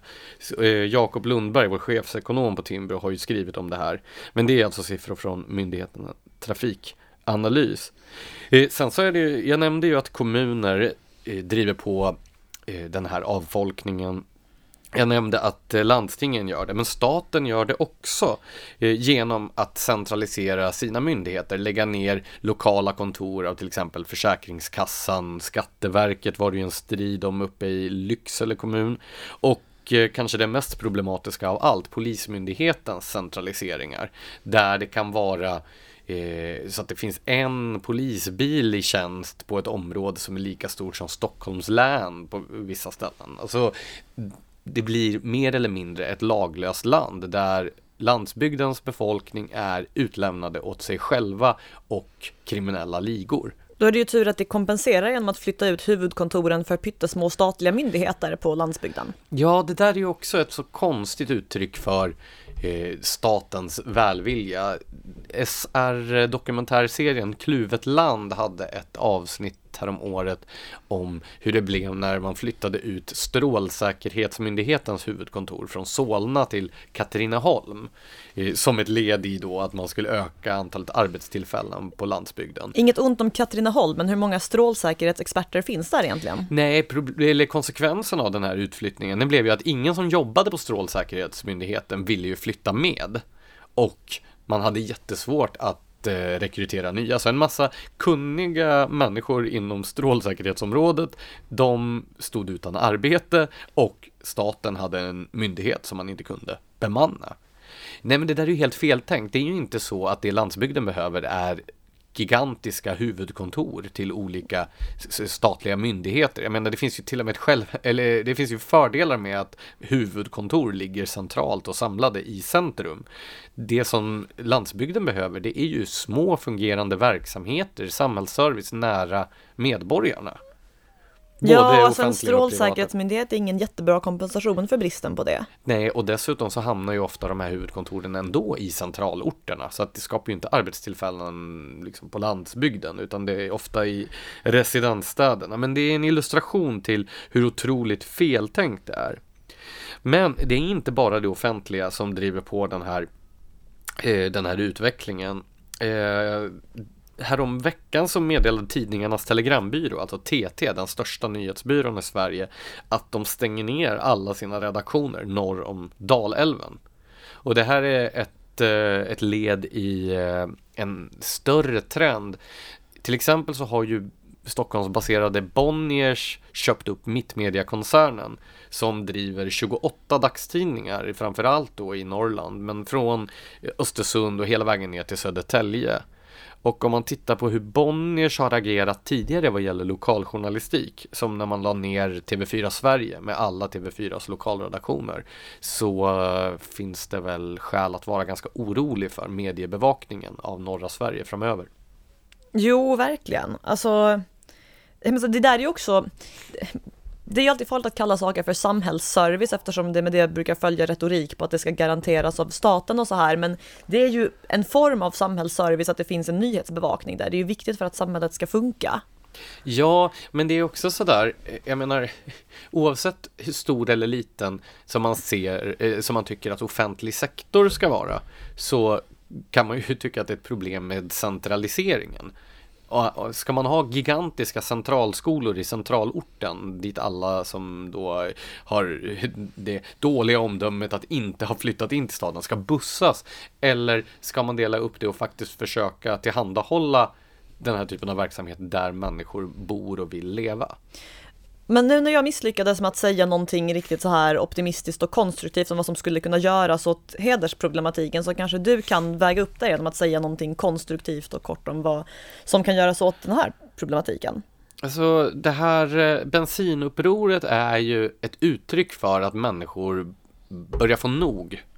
Jakob Lundberg, vår chefsekonom på Timbro, har ju skrivit om det här. Men det är alltså siffror från myndigheten Trafikanalys. Sen så är det, jag nämnde ju att kommuner driver på den här avfolkningen. Jag nämnde att landstingen gör det, men staten gör det också eh, genom att centralisera sina myndigheter, lägga ner lokala kontor av till exempel Försäkringskassan, Skatteverket var det ju en strid om uppe i Lycksele kommun, och eh, kanske det mest problematiska av allt, Polismyndighetens centraliseringar, där det kan vara Eh, så att det finns en polisbil i tjänst på ett område som är lika stort som Stockholms län på vissa ställen. Alltså, det blir mer eller mindre ett laglöst land där landsbygdens befolkning är utlämnade åt sig själva och kriminella ligor. Då är det ju tur att det kompenserar genom att flytta ut huvudkontoren för pyttesmå statliga myndigheter på landsbygden. Ja, det där är ju också ett så konstigt uttryck för eh, statens välvilja. S R-dokumentärserien Kluvet land hade ett avsnitt härom året om hur det blev när man flyttade ut Strålsäkerhetsmyndighetens huvudkontor från Solna till Katrineholm eh, som ett led i då att man skulle öka antalet arbetstillfällen på landsbygden. Inget ont om Katrineholm, men hur många strålsäkerhetsexperter finns där egentligen? Nej, pro- eller konsekvensen av den här utflyttningen, det blev ju att ingen som jobbade på Strålsäkerhetsmyndigheten ville ju flytta med, och man hade jättesvårt att rekrytera nya. Så en massa kunniga människor inom strålsäkerhetsområdet, de stod utan arbete, och staten hade en myndighet som man inte kunde bemanna. Nej, men det där är ju helt feltänkt. Det är ju inte så att det landsbygden behöver är gigantiska huvudkontor till olika statliga myndigheter. Jag menar, det finns ju till och med ett själv, eller det finns ju fördelar med att huvudkontor ligger centralt och samlade i centrum. Det som landsbygden behöver, det är ju små fungerande verksamheter, samhällsservice nära medborgarna. Både ja, alltså en strålsäkerhetsmyndighet är ingen jättebra kompensation för bristen på det. Nej, och dessutom så hamnar ju ofta de här huvudkontoren ändå i centralorterna, så att det skapar ju inte arbetstillfällen liksom på landsbygden, utan det är ofta i residensstäderna. Men det är en illustration till hur otroligt feltänkt det är. Men det är inte bara det offentliga som driver på den här, eh, den här utvecklingen. Eh, Härom veckan så meddelade tidningarnas telegrambyrå, alltså T T, den största nyhetsbyrån i Sverige, att de stänger ner alla sina redaktioner norr om Dalälven. Och det här är ett, ett led i en större trend. Till exempel så har ju Stockholmsbaserade Bonniers köpt upp Mittmedia-koncernen som driver tjugoåtta dagstidningar, framförallt då i Norrland, men från Östersund och hela vägen ner till Södertälje. Och om man tittar på hur Bonniers har agerat tidigare vad gäller lokaljournalistik, som när man la ner T V fyra Sverige med alla T V fyras lokalredaktioner, så uh, finns det väl skäl att vara ganska orolig för mediebevakningen av norra Sverige framöver. Jo, verkligen. Alltså, det där är ju också... Det är ju alltid farligt att kalla saker för samhällsservice, eftersom det med det brukar följa retorik på att det ska garanteras av staten och så här. Men det är ju en form av samhällsservice att det finns en nyhetsbevakning där. Det är ju viktigt för att samhället ska funka. Ja, men det är också sådär, jag menar, oavsett hur stor eller liten som man ser, som man tycker att offentlig sektor ska vara, så kan man ju tycka att det är ett problem med centraliseringen. Och ska man ha gigantiska centralskolor i centralorten dit alla som då har det dåliga omdömet att inte ha flyttat in till staden ska bussas, eller ska man dela upp det och faktiskt försöka tillhandahålla den här typen av verksamhet där människor bor och vill leva? Men nu när jag misslyckades med att säga någonting riktigt så här optimistiskt och konstruktivt om vad som skulle kunna göras åt hedersproblematiken, så kanske du kan väga upp det genom att säga någonting konstruktivt och kort om vad som kan göras åt den här problematiken. Alltså det här bensinupproret är ju ett uttryck för att människor börjar få nog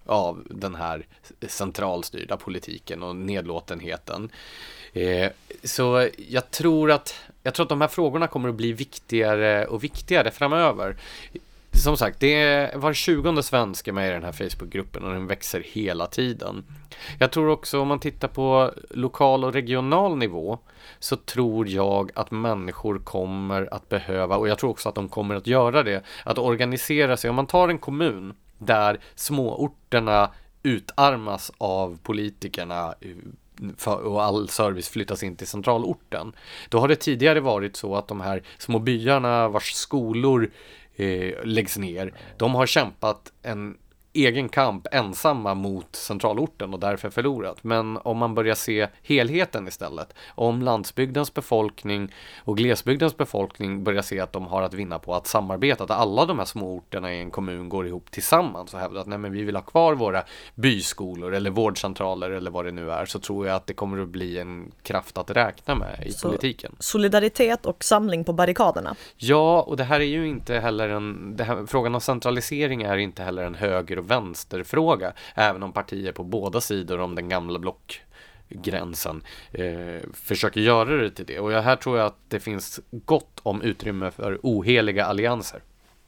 av den här centralstyrda politiken och nedlåtenheten. Eh, så jag tror att jag tror att de här frågorna kommer att bli viktigare och viktigare framöver. Som sagt, det är var tjugonde svensk är med i den här Facebookgruppen och den växer hela tiden. Jag tror också om man tittar på lokal och regional nivå så tror jag att människor kommer att behöva, och jag tror också att de kommer att göra det, att organisera sig. Om man tar en kommun där småorterna utarmas av politikerna och all service flyttas in till centralorten, då har det tidigare varit så att de här små byarna vars skolor eh, läggs ner, de har kämpat en egen kamp ensamma mot centralorten och därför förlorat. Men om man börjar se helheten istället, om landsbygdens befolkning och glesbygdens befolkning börjar se att de har att vinna på att samarbeta, att alla de här små orterna i en kommun går ihop tillsammans och hävdar att nej, men vi vill ha kvar våra byskolor eller vårdcentraler eller vad det nu är, så tror jag att det kommer att bli en kraft att räkna med i så politiken. Solidaritet och samling på barrikaderna. Ja, och det här är ju inte heller en, det här, frågan om centralisering är inte heller en höger- och vänsterfråga, även om partier på båda sidor om den gamla blockgränsen eh, försöker göra det till det. Och här tror jag att det finns gott om utrymme för oheliga allianser.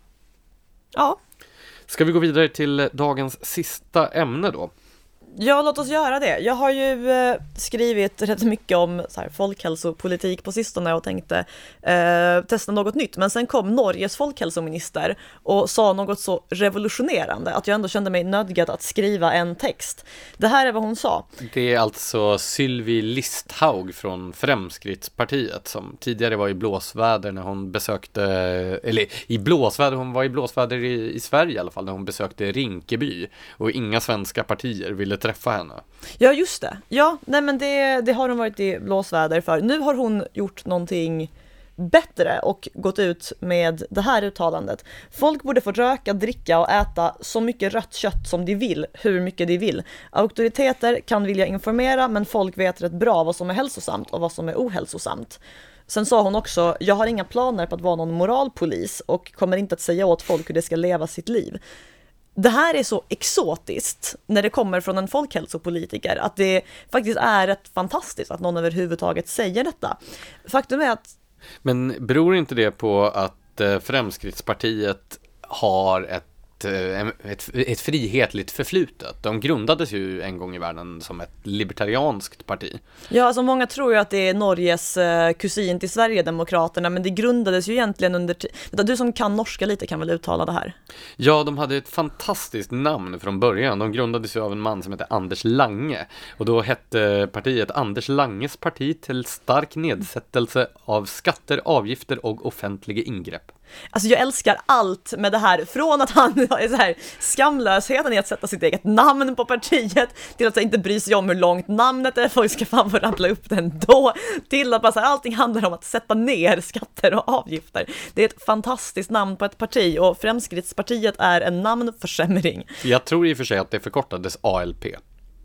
Ja. Ska vi gå vidare till dagens sista ämne då? Ja, låt oss göra det. Jag har ju eh, skrivit rätt mycket om så här, folkhälsopolitik på sistone och tänkte eh, testa något nytt. Men sen kom Norges folkhälsominister och sa något så revolutionerande att jag ändå kände mig nödgad att skriva en text. Det här är vad hon sa. Det är alltså Sylvie Listhaug från Fremskrittspartiet som tidigare var i blåsväder när hon besökte, eller i blåsväder, hon var i blåsväder i, i Sverige i alla fall, när hon besökte Rinkeby och inga svenska partier ville träffa henne. Ja, just det. Ja, nej men det, det har hon varit i blåsväder för. Nu har hon gjort någonting bättre och gått ut med det här uttalandet. Folk borde få röka, dricka och äta så mycket rött kött som de vill, hur mycket de vill. Auktoriteter kan vilja informera, men folk vet rätt bra vad som är hälsosamt och vad som är ohälsosamt. Sen sa hon också, jag har inga planer på att vara någon moralpolis och kommer inte att säga åt folk hur de ska leva sitt liv. Det här är så exotiskt när det kommer från en folkhälsopolitiker att det faktiskt är rätt fantastiskt att någon överhuvudtaget säger detta. Faktum är att... Men beror inte det på att eh, Fremskrittspartiet har ett, eh, ett, ett frihetligt förflutet? De grundades ju en gång i världen som ett libertarianskt parti. Ja, alltså många tror ju att det är Norges eh, kusin till Sverigedemokraterna, men det grundades ju egentligen under... T- du som kan norska lite kan väl uttala det här? Ja, de hade ett fantastiskt namn från början. De grundades ju av en man som heter Anders Lange. Och då hette partiet Anders Langes parti till stark nedsättelse av skatter, avgifter och offentliga ingrepp. Alltså jag älskar allt med det här, från att han är så här skamlösheten i att sätta sitt eget namn på partiet till att inte bry sig om hur långt namnet är, folk ska fan få rabbla upp den då, till att bara så här, allting handlar om att sätta ner skatter och avgifter. Det är ett fantastiskt namn på ett parti och Fremskrittspartiet är en namnförsämring. Jag tror i och för sig att det förkortades A L P.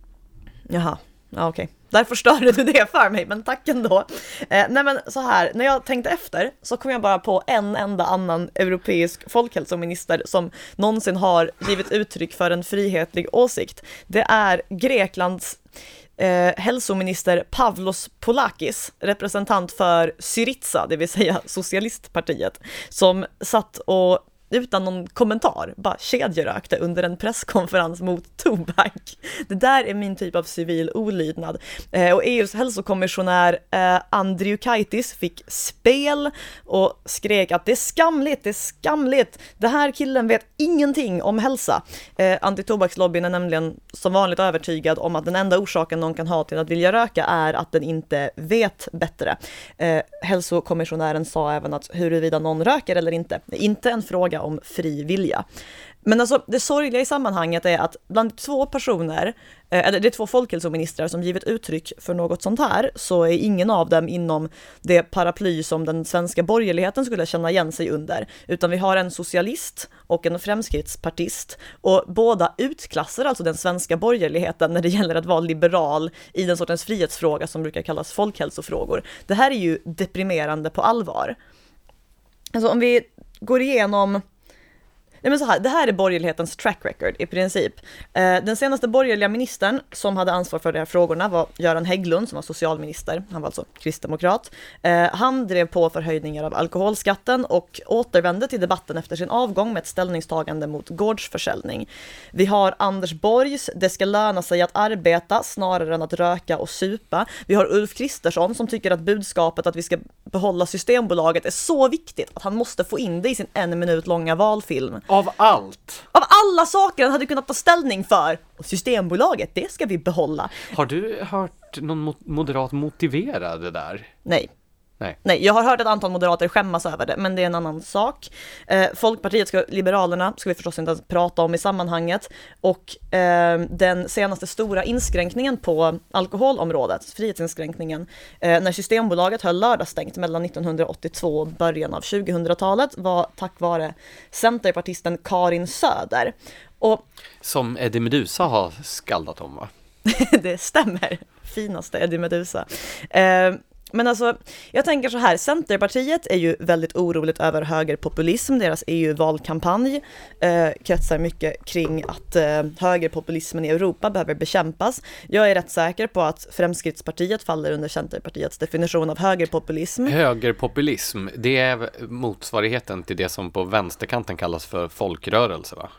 Jaha. Ja, okej. Okay. Där förstörde du det för mig, men tack ändå. Eh, nej men så här, när jag tänkte efter så kom jag bara på en enda annan europeisk folkhälsominister som någonsin har givit uttryck för en frihetlig åsikt. Det är Greklands eh, hälsominister Pavlos Polakis, representant för Syriza, det vill säga socialistpartiet, som satt och utan någon kommentar, bara kedjerökte under en presskonferens mot tobak. Det där är min typ av civil olydnad. Eh, och E U:s hälsokommissionär eh, Andriukaitis fick spel och skrek att det är skamligt, det är skamligt. Det här killen vet ingenting om hälsa. Eh, antitobakslobbyn är nämligen som vanligt övertygad om att den enda orsaken någon kan ha till att vilja röka är att den inte vet bättre. Eh, hälsokommissionären sa även att huruvida någon röker eller inte, det är inte en fråga om fri vilja. Men alltså det sorgliga i sammanhanget är att bland två personer, eller det är två folkhälsoministrar som givit uttryck för något sånt här, så är ingen av dem inom det paraply som den svenska borgerligheten skulle känna igen sig under, utan vi har en socialist och en fremskrittspartist, och båda utklassar alltså den svenska borgerligheten när det gäller att vara liberal i den sortens frihetsfråga som brukar kallas folkhälsofrågor. Det här är ju deprimerande på allvar. Alltså om vi går igenom Nej, men så här, det här är borgerlighetens track record i princip. Eh, den senaste borgerliga ministern som hade ansvar för de här frågorna var Göran Hägglund som var socialminister. Han var alltså kristdemokrat. Eh, han drev på för höjningar av alkoholskatten och återvände till debatten efter sin avgång med ett ställningstagande mot gårdsförsäljning. Vi har Anders Borgs "det ska löna sig att arbeta snarare än att röka och supa". Vi har Ulf Kristersson som tycker att budskapet att vi ska behålla Systembolaget är så viktigt att han måste få in det i sin en minut långa valfilm. Av allt! Av alla saker han hade kunnat ta ställning för. Och Systembolaget, det ska vi behålla. Har du hört någon moderat motivera det där? Nej. Nej. Nej, jag har hört ett antal moderater skämmas över det, men det är en annan sak. Eh, Folkpartiet, ska, Liberalerna, ska vi förstås inte ens prata om i sammanhanget. Och eh, den senaste stora inskränkningen på alkoholområdet, frihetsinskränkningen, eh, när Systembolaget höll lördagsstängt mellan nittonhundraåttiotvå och början av tjugohundratalet var tack vare centerpartisten Karin Söder. Och som Eddie Meduza har skaldat om, va? det stämmer. Finaste Eddie Meduza. Eh, Men alltså, jag tänker så här, Centerpartiet är ju väldigt oroligt över högerpopulism. Deras E U-valkampanj eh, kretsar mycket kring att eh, högerpopulismen i Europa behöver bekämpas. Jag är rätt säker på att Fremskrittspartiet faller under Centerpartiets definition av högerpopulism. Högerpopulism, det är motsvarigheten till det som på vänsterkanten kallas för folkrörelse, va?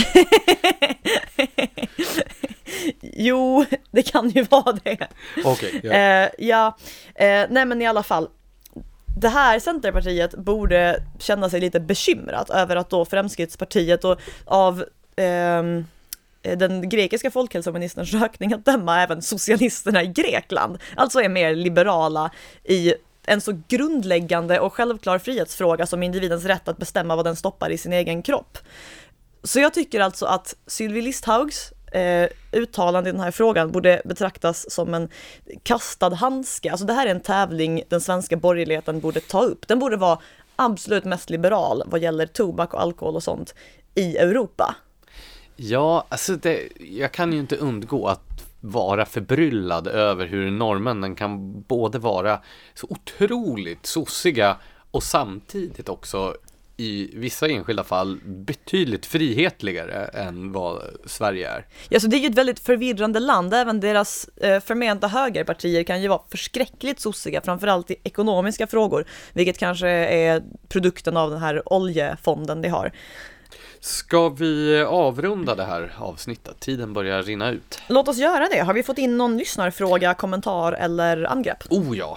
Jo, det kan ju vara det. Okej. Okay, yeah. eh, ja, eh, nej men i alla fall. Det här Centerpartiet borde känna sig lite bekymrat över att då Fremskrittspartiet och av eh, den grekiska folkhälsoministerns rökning att döma även socialisterna i Grekland alltså är mer liberala i en så grundläggande och självklar frihetsfråga som individens rätt att bestämma vad den stoppar i sin egen kropp. Så jag tycker alltså att Sylvie Listhaugs eh, uttalande i den här frågan borde betraktas som en kastad handske. Alltså det här är en tävling den svenska borgerligheten borde ta upp. Den borde vara absolut mest liberal vad gäller tobak och alkohol och sånt i Europa. Ja, alltså det, jag kan ju inte undgå att vara förbryllad över hur norrmännen kan både vara så otroligt sossiga och samtidigt också i vissa enskilda fall betydligt frihetligare än vad Sverige är. Ja, så det är ju ett väldigt förvirrande land. Även deras eh, förmenta högerpartier kan ju vara förskräckligt sossiga, framförallt i ekonomiska frågor, vilket kanske är produkten av den här oljefonden de har. Ska vi avrunda det här avsnittet? Tiden börjar rinna ut. Låt oss göra det. Har vi fått in någon lyssnarfråga, kommentar eller angrepp? Oh ja,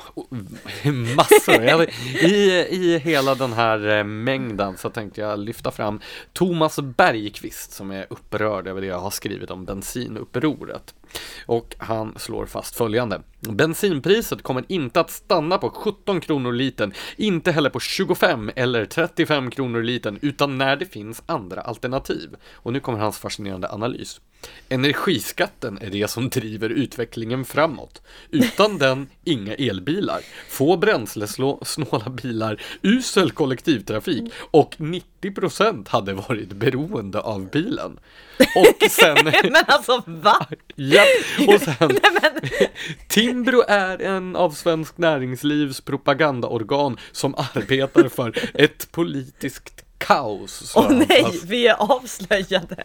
massor. I, I hela den här mängden så tänkte jag lyfta fram Thomas Bergqvist som är upprörd över det jag har skrivit om bensinupproret. Och han slår fast följande: bensinpriset kommer inte att stanna på sjutton kronor litern, inte heller på tjugofem eller trettiofem kronor litern, utan när det finns andra alternativ. Och nu kommer hans fascinerande analys. Energiskatten är det som driver utvecklingen framåt. Utan den, inga elbilar, få bränslesnåla bilar, usel kollektivtrafik och nittio procent hade varit beroende av bilen. Och sen... men alltså, va? Ja, och sen... Nej, men... Timbro är en av svensk näringslivs propagandaorgan som arbetar för ett politiskt kaos. Åh oh, nej, vi är avslöjade.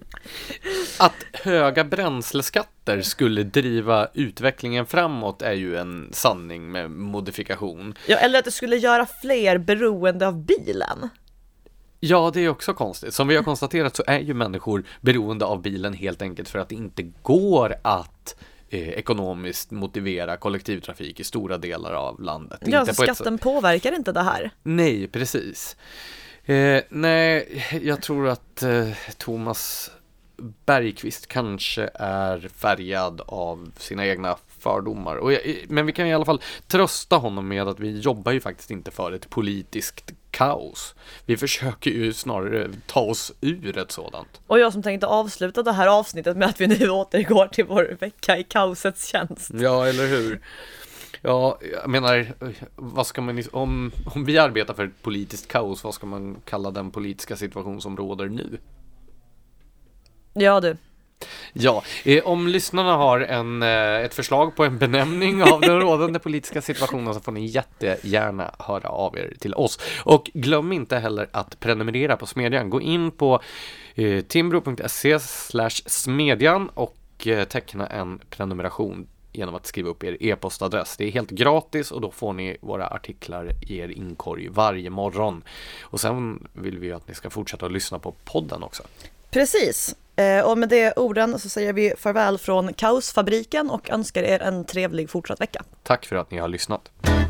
Att höga bränsleskatter skulle driva utvecklingen framåt är ju en sanning med modifikation. Ja, eller att det skulle göra fler beroende av bilen. Ja, det är också konstigt. Som vi har konstaterat så är ju människor beroende av bilen helt enkelt för att det inte går att eh, ekonomiskt motivera kollektivtrafik i stora delar av landet. Ja, inte så på skatten påverkar inte det här. Nej, precis. Eh, nej, jag tror att eh, Thomas Bergqvist kanske är färgad av sina egna fördomar. Och jag, men vi kan i alla fall trösta honom med att vi jobbar ju faktiskt inte för ett politiskt kaos. Vi försöker ju snarare ta oss ur ett sådant. Och jag som tänkte avsluta det här avsnittet med att vi nu återgår till vår vecka i kaosets tjänst. Ja, eller hur? Ja, jag menar, vad ska man, om, om vi arbetar för ett politiskt kaos, vad ska man kalla den politiska situation som råder nu? Ja du, Ja, eh, om lyssnarna har en, eh, ett förslag på en benämning av den rådande politiska situationen så får ni jättegärna höra av er till oss. Och glöm inte heller att prenumerera på Smedjan. Gå in på eh, timbro.se slash smedjan och eh, teckna en prenumeration genom att skriva upp er e-postadress. Det är helt gratis och då får ni våra artiklar i er inkorg varje morgon. Och sen vill vi att ni ska fortsätta att lyssna på podden också. Precis. Och med det orden så säger vi farväl från Kaosfabriken och önskar er en trevlig fortsatt vecka. Tack för att ni har lyssnat.